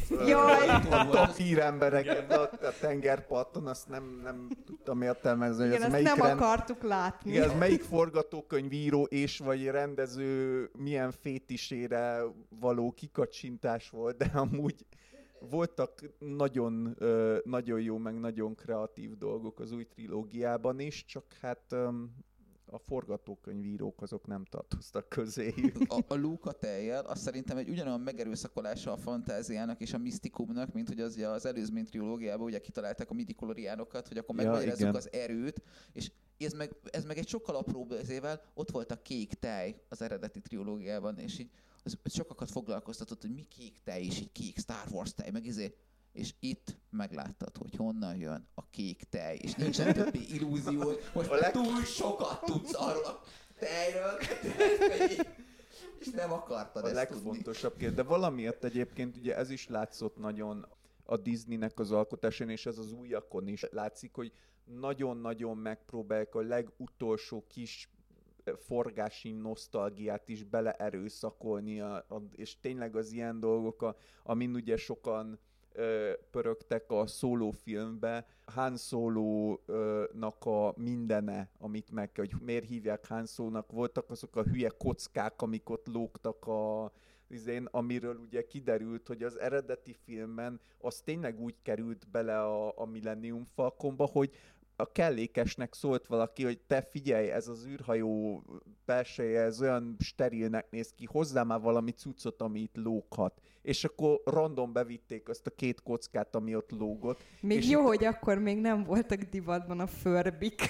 tapír embereket a tengerparton, azt nem tudtam értelmezni, hogy igen, ez ezt melyik nem akartuk látni. Igen, ez melyik forgatókönyvíró és vagy rendező milyen fétisére való kikacsintás volt, de amúgy voltak nagyon jó, meg nagyon kreatív dolgok az új trilógiában is, csak hát a forgatókönyvírók azok nem tartoztak közéjük. A Luke a tejjel, az szerintem egy ugyanolyan megerőszakolása a fantáziának és a misztikumnak, mint hogy az előzmény trilógiában ugye kitalálták a midi-kloriánokat, hogy akkor megmagyarázzuk az erőt, és ez meg egy sokkal apróbb ezével, ott volt a kék tej az eredeti trilógiában, és így az sokakat foglalkoztatott, hogy mi kék tej, és így kék Star Wars tej, meg és itt megláttad, hogy honnan jön a kék tej, és nincsen többi illúzió, hogy most túl sokat tudsz arról a tejről, és nem akartad ezt tudni. A legfontosabb kérdés, de valamiért egyébként ugye ez is látszott nagyon a Disneynek az alkotásán, és ez az újakon is látszik, hogy nagyon-nagyon megpróbálják a legutolsó kis forgási nosztalgiát is beleerőszakolni, és tényleg az ilyen dolgok, amin ugye sokan pörögtek a Solo filmbe, Han Solo-nak a mindene, amit meg kell, hogy miért hívják Han Solo-nak, voltak azok a hülye kockák, amik ott lógtak amiről ugye kiderült, hogy az eredeti filmben az tényleg úgy került bele a Millennium Falconba, hogy a kellékesnek szólt valaki, hogy te figyelj, ez az űrhajó belseje, ez olyan sterilnek néz ki, hozzá már valami cuccot, ami itt lóghat. És akkor random bevitték azt a 2 kockát, ami ott lógott. Még jó, hogy akkor még nem voltak divatban a förbik.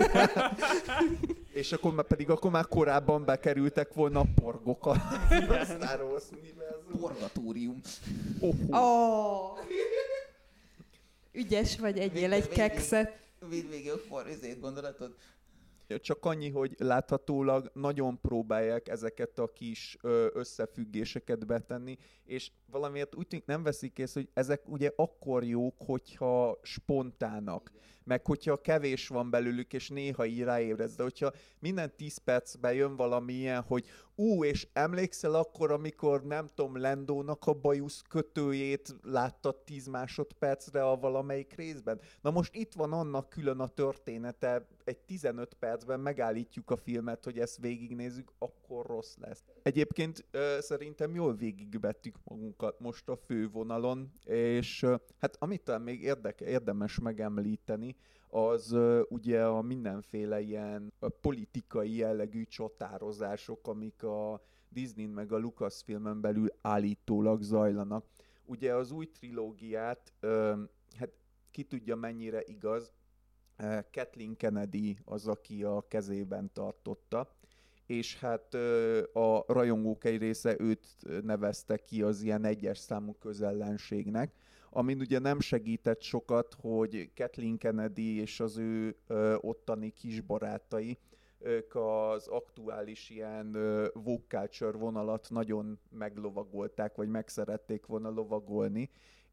És akkor már korábban bekerültek volna a porgok a Star Wars univerzum. Porgatórium. Oh. Ügyes vagy, egyél egy kekszet. Védvégig akkor ezért gondolatod? Csak annyi, hogy láthatólag nagyon próbálják ezeket a kis összefüggéseket betenni, és valamiért úgy tűnik nem veszik észre, hogy ezek ugye akkor jók, hogyha spontának, meg hogyha kevés van belőlük, és néha így ráébredsz, de hogyha minden 10 percben jön valami ilyen, hogy és emlékszel akkor, amikor nem tudom, Lendónak a bajusz kötőjét láttad 10 másodpercre a valamelyik részben? Na most itt van annak külön a története, egy 15 percben megállítjuk a filmet, hogy ezt végignézzük, akkor rossz lesz. Egyébként szerintem jól végigvettük magunkat most a fővonalon, és hát amit talán még érdemes megemlíteni, az ugye a mindenféle ilyen politikai jellegű csatározások, amik a Disney meg a Lucasfilmen belül állítólag zajlanak. Ugye az új trilógiát, hát ki tudja mennyire igaz, Kathleen Kennedy az, aki a kezében tartotta, és hát a rajongók egy része őt nevezte ki az ilyen 1-es számú közellenségnek, amin ugye nem segített sokat, hogy Kathleen Kennedy és az ő ottani kisbarátai, ők az aktuális ilyen woke culture vonalat nagyon meglovagolták, vagy megszerették volna lovagolni,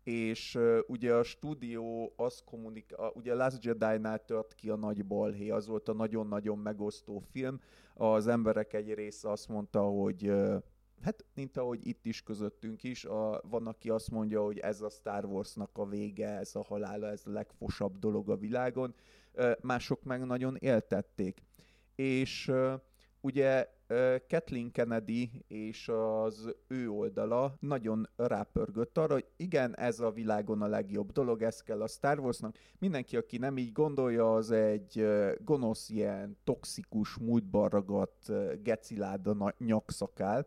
és ugye a stúdió azt ugye Last Jedi-nál tört ki a nagy balhé, az volt a nagyon-nagyon megosztó film. Az emberek egy része azt mondta, hogy hát, mint ahogy itt is közöttünk is, van, aki azt mondja, hogy ez a Star Warsnak a vége, ez a halála, ez a legfosabb dolog a világon. Mások meg nagyon éltették. És ugye Kathleen Kennedy és az ő oldala nagyon rápörgött arra, hogy igen, ez a világon a legjobb dolog, ez kell a Star Warsnak. Mindenki, aki nem így gondolja, az egy gonosz, ilyen toxikus, múltban ragadt geciláda nyakszakál.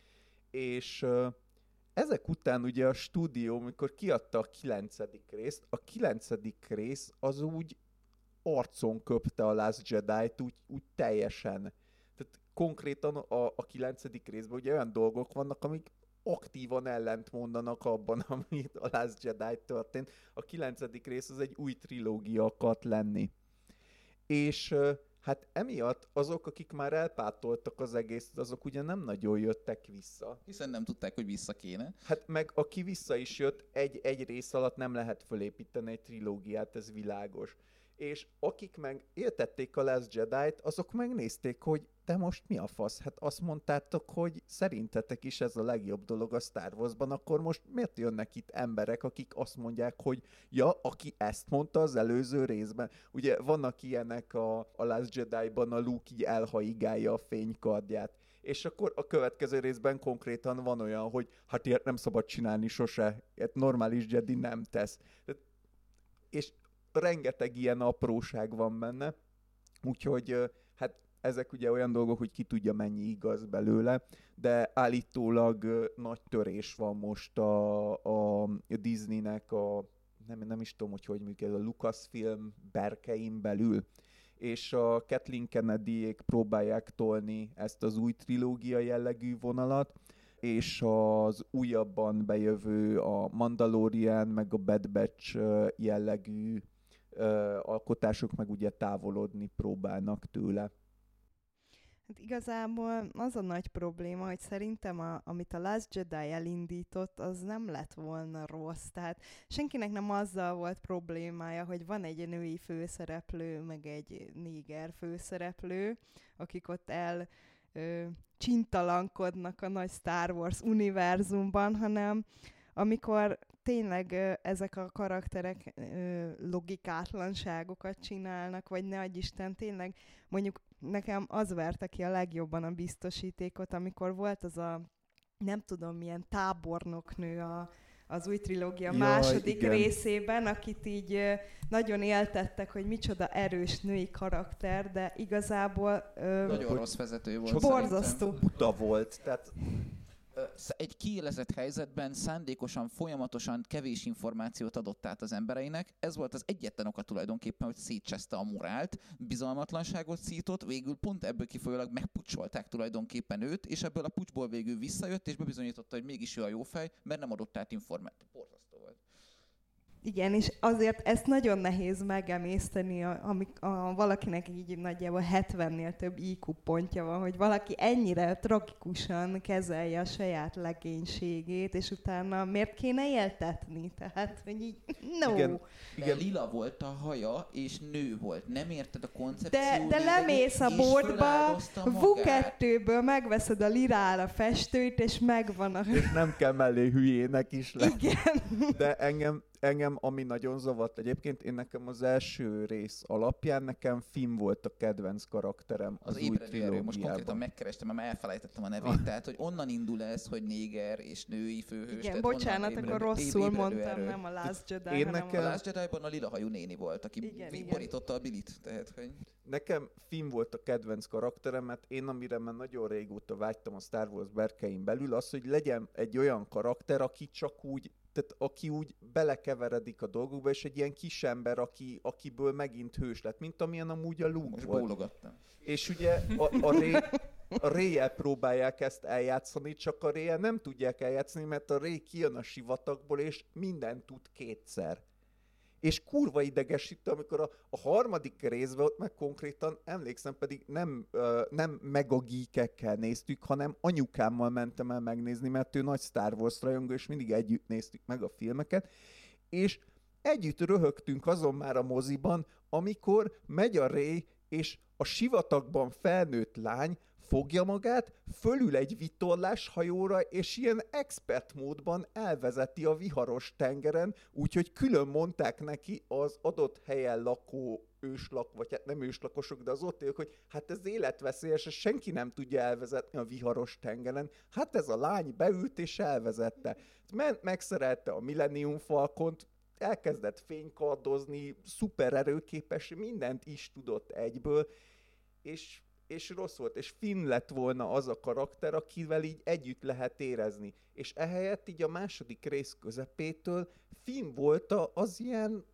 És ezek után ugye a stúdió, amikor kiadta a 9. részt, a 9. rész az úgy arcon köpte a Last Jedi-t, úgy teljesen. Tehát konkrétan a 9. részben ugye olyan dolgok vannak, amik aktívan ellent mondanak abban, amit a Last Jedi történt. A 9. rész az egy új trilógia akart lenni. És hát emiatt azok, akik már elpártoltak az egészet, azok ugye nem nagyon jöttek vissza. Hiszen nem tudták, hogy vissza kéne. Hát meg aki vissza is jött, egy rész alatt nem lehet fölépíteni egy trilógiát, ez világos. És akik meg éltették a Last Jedi-t, azok megnézték, hogy de most mi a fasz? Hát azt mondtátok, hogy szerintetek is ez a legjobb dolog a Star Warsban, akkor most miért jönnek itt emberek, akik azt mondják, hogy ja, aki ezt mondta az előző részben. Ugye vannak ilyenek a Last Jedi-ban, a Luke így elhaigálja a fénykardját. És akkor a következő részben konkrétan van olyan, hogy hát ilyet nem szabad csinálni sose, ilyet normális Jedi nem tesz. És rengeteg ilyen apróság van benne, úgyhogy hát ezek ugye olyan dolgok, hogy ki tudja mennyi igaz belőle, de állítólag nagy törés van most a Disneynek nem is tudom, hogy működik, a Lucasfilm berkein belül, és a Kathleen Kennedy-ék próbálják tolni ezt az új trilógia jellegű vonalat, és az újabban bejövő a Mandalorian, meg a Bad Batch jellegű alkotások meg ugye távolodni próbálnak tőle. Hát igazából az a nagy probléma, hogy szerintem amit a Last Jedi elindított, az nem lett volna rossz. Tehát senkinek nem azzal volt problémája, hogy van egy női főszereplő, meg egy néger főszereplő, akik ott csintalankodnak a nagy Star Wars univerzumban, hanem amikor tényleg ezek a karakterek logikátlanságokat csinálnak, vagy ne adj Isten, tényleg mondjuk nekem az verte ki a legjobban a biztosítékot, amikor volt az a nem tudom milyen tábornoknő az új trilógia második részében, akit így nagyon éltettek, hogy micsoda erős női karakter, de igazából nagyon rossz vezető volt. Borzasztó. Buta volt, tehát egy kiélezett helyzetben szándékosan, folyamatosan kevés információt adott át az embereinek. Ez volt az egyetlen oka tulajdonképpen, hogy szétcseszte a morált, bizalmatlanságot szított, végül pont ebből kifolyólag megpucsolták tulajdonképpen őt, és ebből a pucsból végül visszajött, és bebizonyította, hogy mégis ő a jó fej, mert nem adott át információt. Borzasztó volt. Igen, és azért ezt nagyon nehéz megemészteni, valakinek így nagyjából 70-nél több IQ pontja van, hogy valaki ennyire tragikusan kezelje a saját legénységét, és utána miért kéne éltetni? Tehát, hogy így, no. Igen. Lila volt a haja, és nő volt. Nem érted a koncepciót? De lemész a boltba, V2-ből megveszed a Lirára festőt, és megvan a... És nem kell mellé hülyének is lenni. Igen. De engem, ami nagyon zavart egyébként, nekem az első rész alapján, nekem Finn volt a kedvenc karakterem az új ébredő erő, most konkrétan trilógiában. megkerestem, mert elfelejtettem a nevét, tehát hogy onnan indul ez, hogy néger és női főhős. Igen, bocsánat, akkor rosszul mondtam, nem a Last Jedi, hanem A Last Jedi-ban a lilahajú néni volt, aki borította a Billit, tehát hogy... Nekem Finn volt a kedvenc karakterem, mert én amire már nagyon régóta vágytam a Star Wars berkein belül, az, hogy legyen egy olyan karakter, aki csak úgy, tehát aki úgy belekeveredik a dolgokba, és egy ilyen kis ember, akiből megint hős lett, mint amilyen amúgy a Luke most volt. bólogattam. És ugye a Rey-el próbálják ezt eljátszani, csak a Rey-el nem tudják eljátszani, mert a Rey kijön a sivatagból, és mindent tud kétszer. És kurva idegesítő, amikor a harmadik részben ott meg konkrétan, emlékszem, pedig nem megagíkekkel néztük, hanem anyukámmal mentem el megnézni, mert ő nagy Star Wars rajongó, és mindig együtt néztük meg a filmeket, és együtt röhögtünk azon már a moziban, amikor megy a Rey, és a sivatagban felnőtt lány fogja magát, fölül egy vitorlás hajóra, és ilyen expert módban elvezeti a viharos tengeren, úgyhogy külön mondták neki az adott helyen lakó vagy hát nem őslakosok, de az ott élők, hogy hát ez életveszélyes, ezt senki nem tudja elvezetni a viharos tengeren. Hát ez a lány beült és elvezette. Megszerelte a Millennium Falcont, elkezdett fénykardozni, szuper erőképes, mindent is tudott egyből, és rossz volt, és Finn lett volna az a karakter, akivel így együtt lehet érezni. És ehelyett így a második rész közepétől Finn volt az ilyen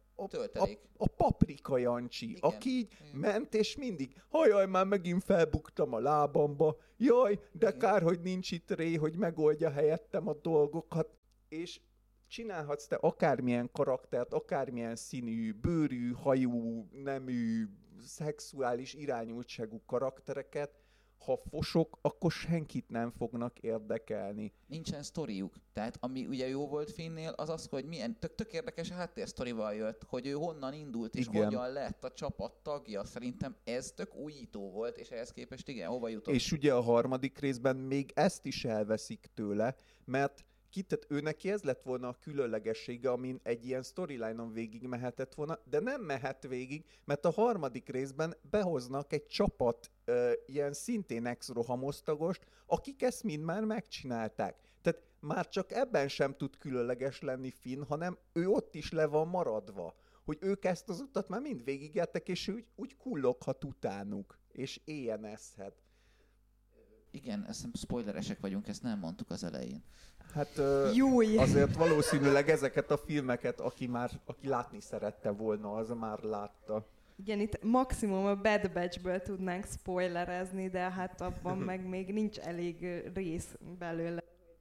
a Paprika Jancsi, igen, aki így ment, és mindig, hajaj, már megint felbuktam a lábamba, jaj, de igen, kár, hogy nincs itt Rey, hogy megoldja helyettem a dolgokat. És csinálhatsz te akármilyen karaktert, akármilyen színű, bőrű, hajú, nemű, szexuális irányultságú karaktereket, ha fosok, akkor senkit nem fognak érdekelni. Nincsen sztoriuk. Tehát ami ugye jó volt Finnnél, az az, hogy milyen tök érdekes háttérsztorival jött, hogy ő honnan indult, és igen, hogyan lett a csapat tagja. Szerintem ez tök újító volt, és ehhez képest igen, hova jutott. És ugye a harmadik részben még ezt is elveszik tőle, mert ő neki ez lett volna a különlegessége, amin egy ilyen storyline-on végig mehetett volna, de nem mehet végig, mert a harmadik részben behoznak egy csapat ilyen szintén ex-rohamosztagost, akik ezt mind már megcsinálták. Tehát már csak ebben sem tud különleges lenni Finn, hanem ő ott is le van maradva, hogy ők ezt az utat már mind végigjeltek, és ő úgy kulloghat utánuk, és éjjenezhet. Igen, ezt spoileresek vagyunk, ezt nem mondtuk az elején. Hát azért valószínűleg ezeket a filmeket, aki látni szerette volna, az már látta. Igen, itt maximum a Bad Batch-ből tudnánk spoilerezni, de hát abban meg még nincs elég rész belőle.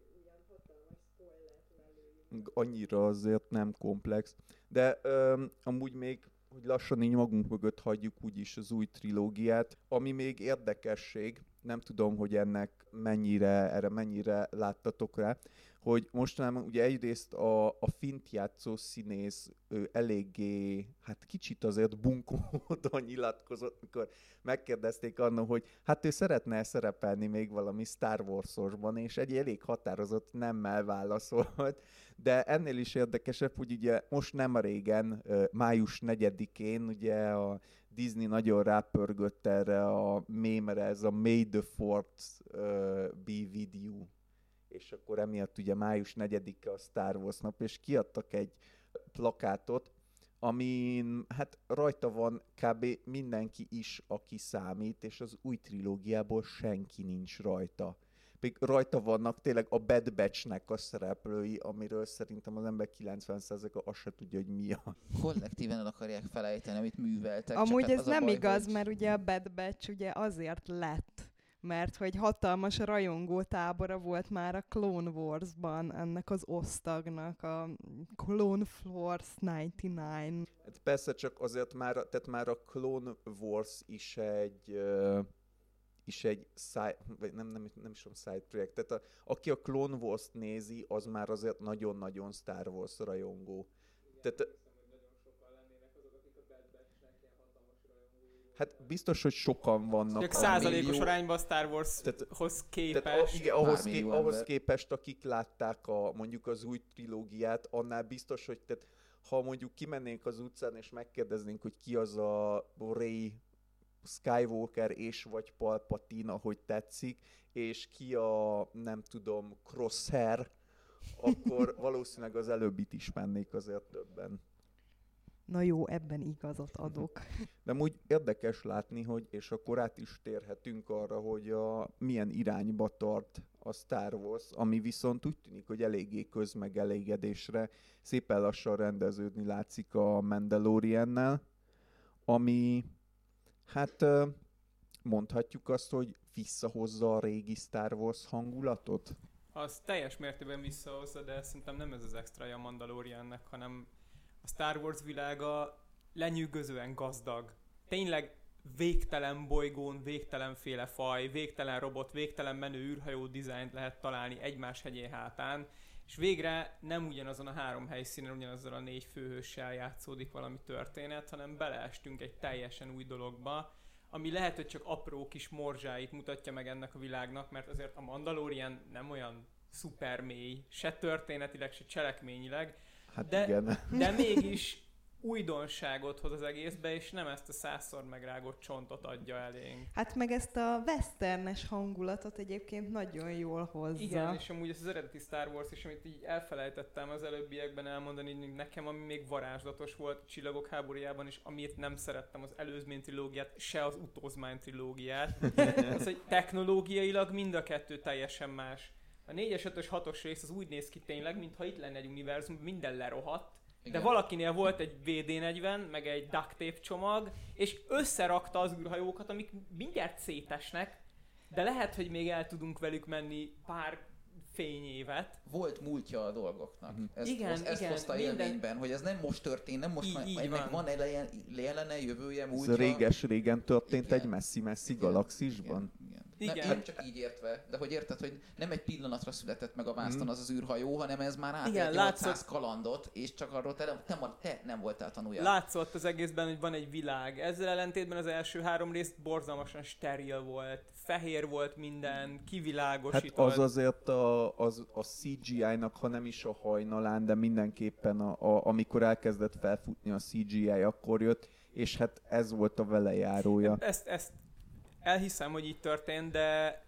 Annyira azért nem komplex. De amúgy még, hogy lassan így magunk mögött hagyjuk úgyis az új trilógiát, ami még érdekesség, nem tudom, hogy erre mennyire láttatok rá, hogy mostanában ugye egyrészt a Fint játszó színész eléggé, hát kicsit azért bunkó módon nyilatkozott, mikor megkérdezték annak, hogy hát ő szeretne szerepelni még valami Star Wars-osban, és egy elég határozott nemmel válaszolt. De ennél is érdekesebb, hogy ugye most nem régen, május 4-én ugye a Disney nagyon rápörgött erre a mémre, ez a May the Fourth be with you. És akkor emiatt ugye május 4-e a Star Wars nap, és kiadtak egy plakátot, amin hát rajta van kb. Mindenki is, aki számít, és az új trilógiából senki nincs rajta. Még rajta vannak tényleg a Bad Batch-nek a szereplői, amiről szerintem az ember 90%-a azt se tudja, hogy mi a... Kollektíven el akarják felejteni, amit műveltek. Amúgy ez nem igaz, mert ugye a Bad Batch ugye azért lett, mert hogy hatalmas rajongótábora volt már a Clone Wars-ban ennek az osztagnak, a Clone Force 99. Hát persze, csak azért már a Clone Wars is egy side, vagy nem is tudom, side projekt. Tehát aki a Clone Wars-t nézi, az már azért nagyon-nagyon Star Wars rajongó. Tehát, hát biztos, hogy sokan vannak. Csak százalékos arányban a Star Wars-hoz képest. Igen, ahhoz képest, akik látták mondjuk az új trilógiát, annál biztos, hogy ha mondjuk kimennénk az utcán, és megkérdeznénk, hogy ki az a Rey Skywalker és vagy Palpatine, ahogy tetszik, és ki a, nem tudom, Crosshair, akkor valószínűleg az előbbit ismernék azért többen. Na jó, ebben igazat adok. De úgy érdekes látni, hogy, és akkor át is térhetünk arra, hogy milyen irányba tart a Star Wars, ami viszont úgy tűnik, hogy eléggé közmegelégedésre szépen lassan rendeződni látszik a Mandaloriannel, ami hát mondhatjuk azt, hogy visszahozza a régi Star Wars hangulatot? Az teljes mértékben visszahozza, de szerintem nem ez az extraja a Mandaloriannek, hanem a Star Wars világa lenyűgözően gazdag. Tényleg végtelen bolygón, végtelenféle faj, végtelen robot, végtelen menő űrhajó dizájnt lehet találni egymás hegyén hátán, és végre nem ugyanazon a 3 helyszínen, ugyanazzal a 4 főhőssel játszódik valami történet, hanem beleestünk egy teljesen új dologba, ami lehet, hogy csak apró kis morzsáit mutatja meg ennek a világnak, mert azért a Mandalorian nem olyan szuper mély, se történetileg, se cselekményileg, Hát de mégis újdonságot hoz az egészbe, és nem ezt a 100-szor megrágott csontot adja elénk. Hát meg ezt a westernes hangulatot egyébként nagyon jól hozza. Igen, és amúgy ez az eredeti Star Wars is, amit így elfelejtettem az előbbiekben elmondani, nekem ami még varázslatos volt a Csillagok háborújában, és amit nem szerettem az előzmény trilógiát, se az utolsmány trilógiát, az, hogy technológiailag mind a kettő teljesen más. A 4-es, 5-ös, 6-os rész az úgy néz ki tényleg, mintha itt lenne egy univerzum, minden lerohadt, igen. De valakinél volt egy VD40, meg egy duct tape csomag, és összerakta az űrhajókat, amik mindjárt szétesnek, de lehet, hogy még el tudunk velük menni pár fényévet. Volt múltja a dolgoknak. Ezt hozta minden... élményben, hogy ez nem most történt, nem most ennek van ellene, jövője, múltja. Ez réges-régen történt egy messzi-messzi galaxisban. Igen. Nem csak így értve, de hogy érted, hogy nem egy pillanatra született meg a vászton az űrhajó, hanem ez már átért 800 kalandot, és csak arról te nem voltál tanulja. Látszott az egészben, hogy van egy világ. Ezzel ellentétben az első 3 rész borzalmasan steril volt, fehér volt minden, kivilágosított. Hát az azért a CGI-nak, ha nem is a hajnalán, de mindenképpen amikor elkezdett felfutni a CGI, akkor jött, és hát ez volt a velejárója. Ezt elhiszem, hogy így történt, de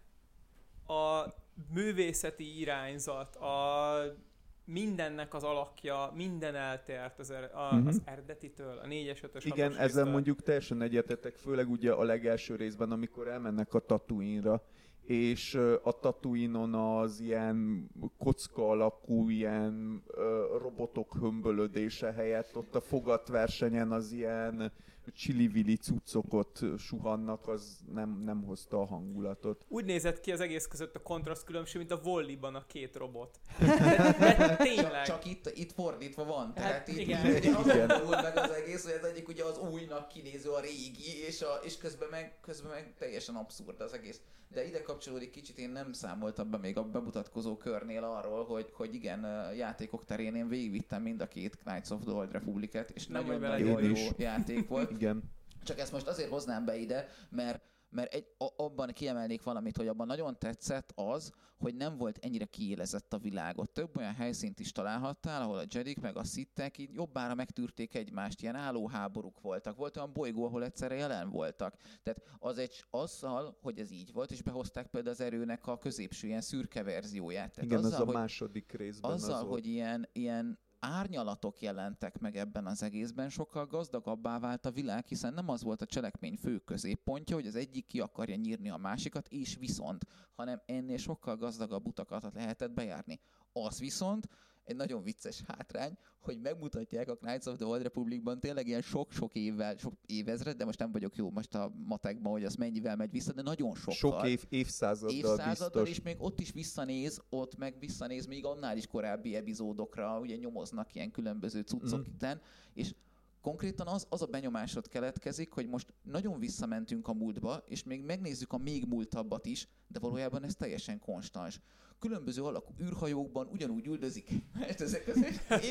a művészeti irányzat, mindennek az alakja, minden eltért az eredetitől, a 4-es, 5-ös, 6-os Igen, ezzel mondjuk teljesen egyetértek, főleg ugye a legelső részben, amikor elmennek a Tatooine-ra, és a Tatooine-on az ilyen kocka alakú, ilyen robotok hömbölödése helyett ott a fogatversenyen az ilyen csili-vili cuccokot suhannak, az nem hozta a hangulatot. Úgy nézett ki az egész között a kontraszt különbség, mint a Volley-ban a 2 robot. De tényleg. Csak itt fordítva van. Tehát igen. Igen. Azon meg az egész, hogy az egyik ugye az újnak kinéző a régi, és közben meg teljesen abszurd az egész. De ide kapcsolódik kicsit, én nem számoltam be még a bemutatkozó körnél arról, hogy igen, játékok terén én végigvittem mind a 2 Knights of the Old Republic-et, és nagyon jó játék volt. Igen. Csak ezt most azért hoznám be ide, mert abban kiemelnék valamit, hogy abban nagyon tetszett az, hogy nem volt ennyire kiélezett a világot. Több olyan helyszínt is találhattál, ahol a Jedik meg a Sithek így jobbára megtűrték egymást, ilyen állóháborúk voltak. Volt olyan bolygó, ahol egyszerre jelen voltak. Tehát azzal, hogy ez így volt, és behozták például az erőnek a középső ilyen szürke verzióját. Tehát igen, azzal, az a második részben. Azzal, hogy ilyen árnyalatok jelentek meg ebben az egészben, sokkal gazdagabbá vált a világ, hiszen nem az volt a cselekmény fő középpontja, hogy az egyik ki akarja nyírni a másikat, és viszont, hanem ennél sokkal gazdagabb utakat lehetett bejárni. Az viszont egy nagyon vicces hátrány, hogy megmutatják a Knights of the Old Republicban tényleg ilyen sok-sok évezred, de most nem vagyok jó most a matekban, hogy az mennyivel megy vissza, de nagyon sokkal. Sok évszázaddal biztos. És még ott is visszanéz még annál is korábbi epizódokra, ugye nyomoznak ilyen különböző cuccok után, és konkrétan az a benyomásod keletkezik, hogy most nagyon visszamentünk a múltba, és még megnézzük a még múltabbat is, de valójában ez teljesen konstans. Különböző alakú űrhajókban ugyanúgy üldözik, mert ezek az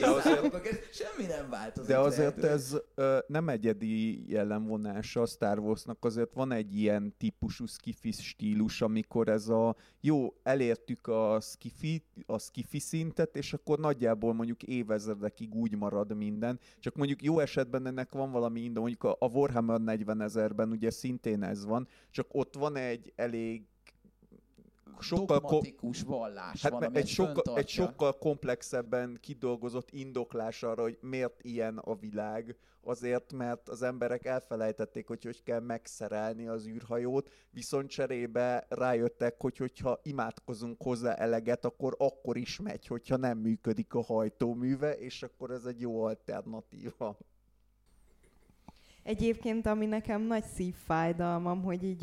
semmi nem változik. De azért ez nem egyedi jellemvonása a Star Warsnak, azért van egy ilyen típusú sci-fi stílus, amikor ez elértük a sci-fi szintet, és akkor nagyjából mondjuk évezredekig úgy marad minden, csak mondjuk jó esetben ennek van valami indok, mondjuk a Warhammer 40 000-ben ugye szintén ez van, csak ott van egy elég dogmatikus vallás van, ami egy sokkal komplexebben kidolgozott indoklás arra, hogy miért ilyen a világ. Azért, mert az emberek elfelejtették, hogy kell megszerelni az űrhajót, viszont cserébe rájöttek, hogyha imádkozunk hozzá eleget, akkor is megy, hogyha nem működik a hajtóműve, és akkor ez egy jó alternatíva. Egyébként, ami nekem nagy szívfájdalmam, hogy így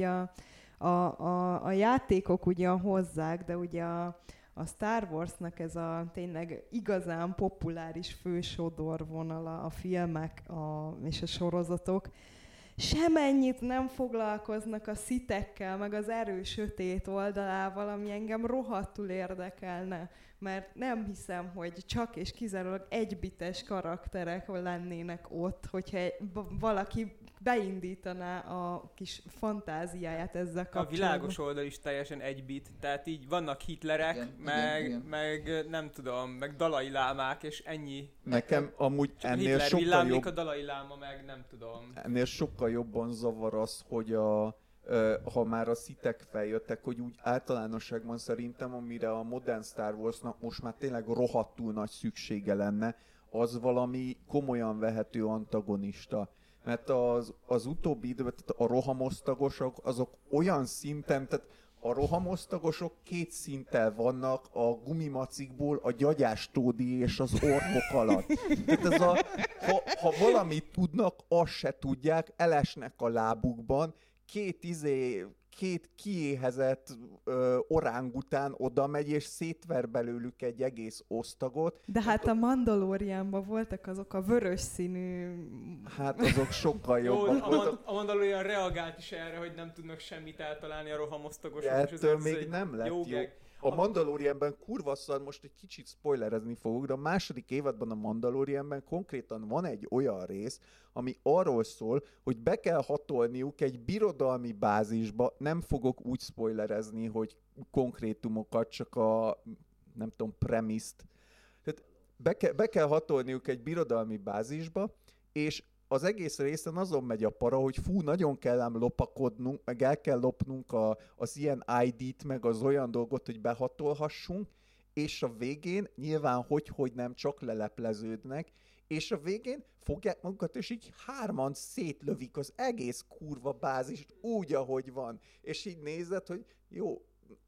a játékok ugyan hozzák, de ugye a Star Warsnak ez a tényleg igazán populáris fősodorvonala a filmek és a sorozatok, semennyit nem foglalkoznak a szitekkel, meg az erő sötét oldalával, ami engem rohadtul érdekelne, mert nem hiszem, hogy csak és kizárólag egybites karakterek lennének ott, hogyha valaki beindítaná a kis fantáziáját ezzel kapcsolatban. A világos oldal is teljesen egybit, tehát így vannak Hitlerek, igen. meg nem tudom, meg Dalai Lámák, és ennyi. Nekem amúgy ennél Hitler sokkal jobb... a Dalai Láma, meg nem tudom. Ennél sokkal jobban zavar az, hogy ha már a szitek feljöttek, hogy úgy általánosságban szerintem, amire a modern Star Warsnak most már tényleg rohadtul nagy szüksége lenne, az valami komolyan vehető antagonista. Mert az utóbbi időben a rohamosztagosok azok olyan szinten, tehát a rohamosztagosok két szinttel vannak a gumimacikból a gyagyástódi és az orkok alatt. Tehát ez ha valamit tudnak, azt se tudják, elesnek a lábukban, két kiéhezett orángután oda megy, és szétver belőlük egy egész osztagot. De hát a Mandalorianban voltak azok a vörös színű... Hát azok sokkal jobbak voltak. A Mandalorian reagált is erre, hogy nem tudnak semmit eltalálni a rohamosztagosok. Ettől még nem lett jó. A Mandalorianben kurva szar, most egy kicsit spoilerezni fogok, de a második évadban a Mandalorianben konkrétan van egy olyan rész, ami arról szól, hogy be kell hatolniuk egy birodalmi bázisba, nem fogok úgy spoilerezni, hogy konkrétumokat, csak a, nem tudom, premiszt. Tehát be kell hatolniuk egy birodalmi bázisba, és az egész részen azon megy a para, hogy nagyon kell ám lopakodnunk, meg el kell lopnunk az ilyen ID-t, meg az olyan dolgot, hogy behatolhassunk, és a végén nyilván hogy nem csak lelepleződnek, és a végén fogják magukat, és így hárman szétlövik az egész kurva bázist úgy, ahogy van. És így nézed, hogy jó,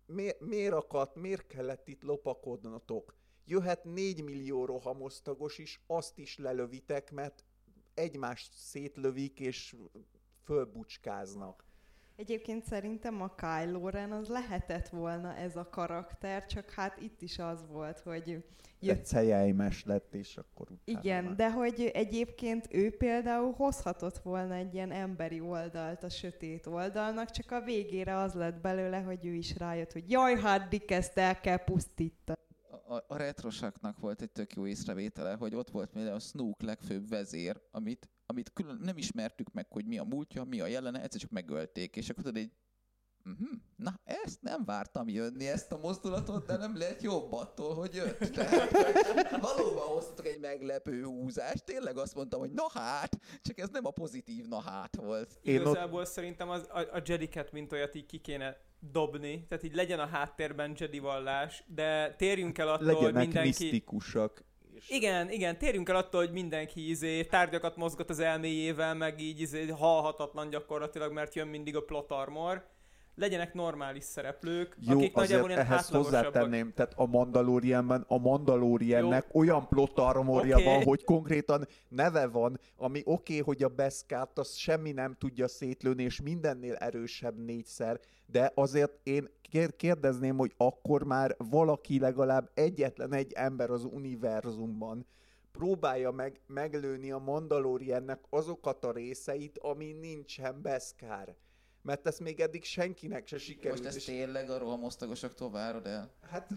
miért kellett itt lopakodnotok? Jöhet 4 millió rohamosztagos is, azt is lelövitek, mert egymást szétlövik és fölbucskáznak. Egyébként szerintem a Kylo Ren az lehetett volna ez a karakter, csak hát itt is az volt, hogy... Celjeimes lett, és akkor utána... Igen, már. De hogy egyébként ő például hozhatott volna egy ilyen emberi oldalt a sötét oldalnak, csak a végére az lett belőle, hogy ő is rájött, hogy jaj, hát Dick, ezt el kell pusztítani. A retrosaknak volt egy tök jó észrevétele, hogy ott volt például a Snoke legfőbb vezér, amit külön nem ismertük meg, hogy mi a múltja, mi a jelene, egyszer csak megölték, és akkor tudod így, na, ezt nem vártam jönni, ezt a mozdulatot, de nem lehet jobb attól, hogy jött. Tehát, valóban hoztatok egy meglepő húzást, tényleg azt mondtam, hogy na hát, csak ez nem a pozitív na hát volt. Igazából szerintem a Jediket, mint olyat így ki kéne dobni, tehát így legyen a háttérben Jedi vallás, de térjünk el attól, hogy mindenki... misztikusak. Igen, térjünk el attól, hogy mindenki tárgyakat mozgat az elméjével, meg így halhatatlan gyakorlatilag, mert jön mindig a plot armor. legyenek normális szereplők, Jó, akik nagyjából ilyen ehhez átlagosabbak. hozzátenném, tehát a Mandalorianben a Mandaloriannek olyan plot armorja van, hogy konkrétan neve van, ami oké, hogy a Beskart az semmi nem tudja szétlőni, és mindennél erősebb 4-szer, de azért én kérdezném, hogy akkor már valaki legalább egyetlen egy ember az univerzumban próbálja meglőni a Mandaloriannek azokat a részeit, ami nincsen Beskar. Mert ezt még eddig senkinek se sikerült. Most ez tényleg a rohamosztagosoktól várod el? Hát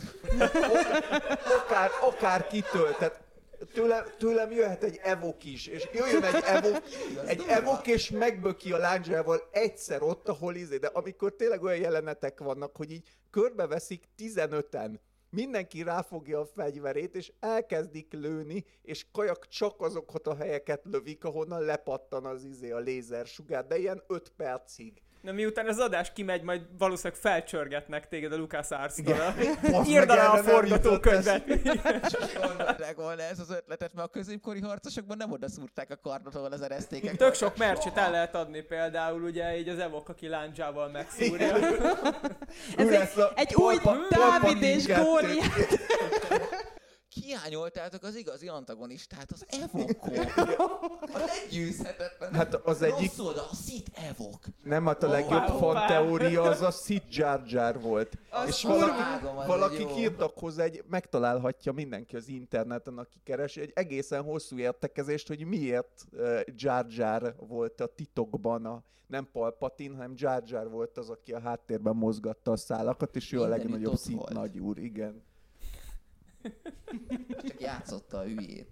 akár kitől, tehát tőlem jöhet egy evok is, és jöjjön egy evok és megböki a lándzsával egyszer ott, ahol de amikor tényleg olyan jelenetek vannak, hogy így körbeveszik 15-en, mindenki ráfogja a fegyverét, és elkezdik lőni, és kajak csak azokat a helyeket lövik, ahonnan lepattan a lézersugár, de ilyen 5 percig. Na miután az adás kimegy, majd valószínűleg felcsörgetnek téged a Lucas Arts-tól. Basz Írd meg, alá a erre nem forgatókönyvet. Gondolták volna ez az ötletet, mert a középkori harcosokban nem oda szúrták a kardot, ahol az eresztékek. Tök sok mercsit el lehet adni, például ugye így az evok, aki lándzsával megszúrja. Ez egy új Dávid és Góliát. Hiányoltátok az igazi antagonistát, az evokot. A legyőzhetetlen. Hát az egyik... Rossz oldal, a Sith evok. Nem, hát a legjobb fan teória az a Sith Jar Jar volt. És valaki írtak hozzá, megtalálhatja mindenki az interneten, aki keresi, egy egészen hosszú értekezést, hogy miért Jar Jar volt a titokban, nem Palpatine, hanem Jar Jar volt az, aki a háttérben mozgatta a szálakat, és ő a legnagyobb Sith nagyúr, igen. Csak játszotta a hülyét.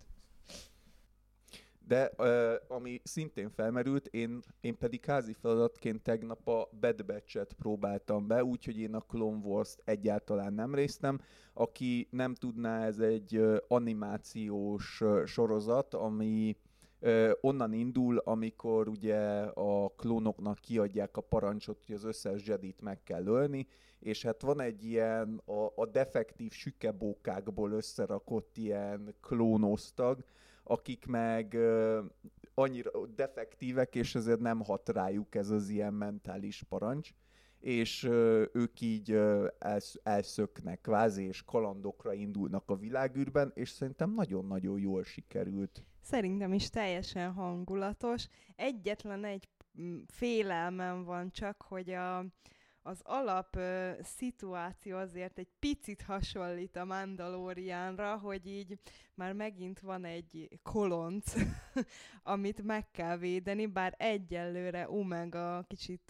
De ami szintén felmerült, én pedig házi feladatként tegnap a Bad Batch-et próbáltam be, úgyhogy én a Clone Wars-t egyáltalán nem résztem. Aki nem tudná, ez egy animációs sorozat, ami onnan indul, amikor ugye a klónoknak kiadják a parancsot, hogy az összes Jedit meg kell ölni, és hát van egy ilyen a defektív sükebókákból összerakott ilyen klónosztag, akik meg annyira defektívek, és ezért nem hat rájuk ez az ilyen mentális parancs, és ők így elszöknek kvázi, és kalandokra indulnak a világűrben, és szerintem nagyon-nagyon jól sikerült. Szerintem is teljesen hangulatos. Egyetlen egy félelmem van csak, hogy az alap szituáció azért egy picit hasonlít a Mandalorianra, hogy így már megint van egy kolonc, amit meg kell védeni, bár egyelőre Omega kicsit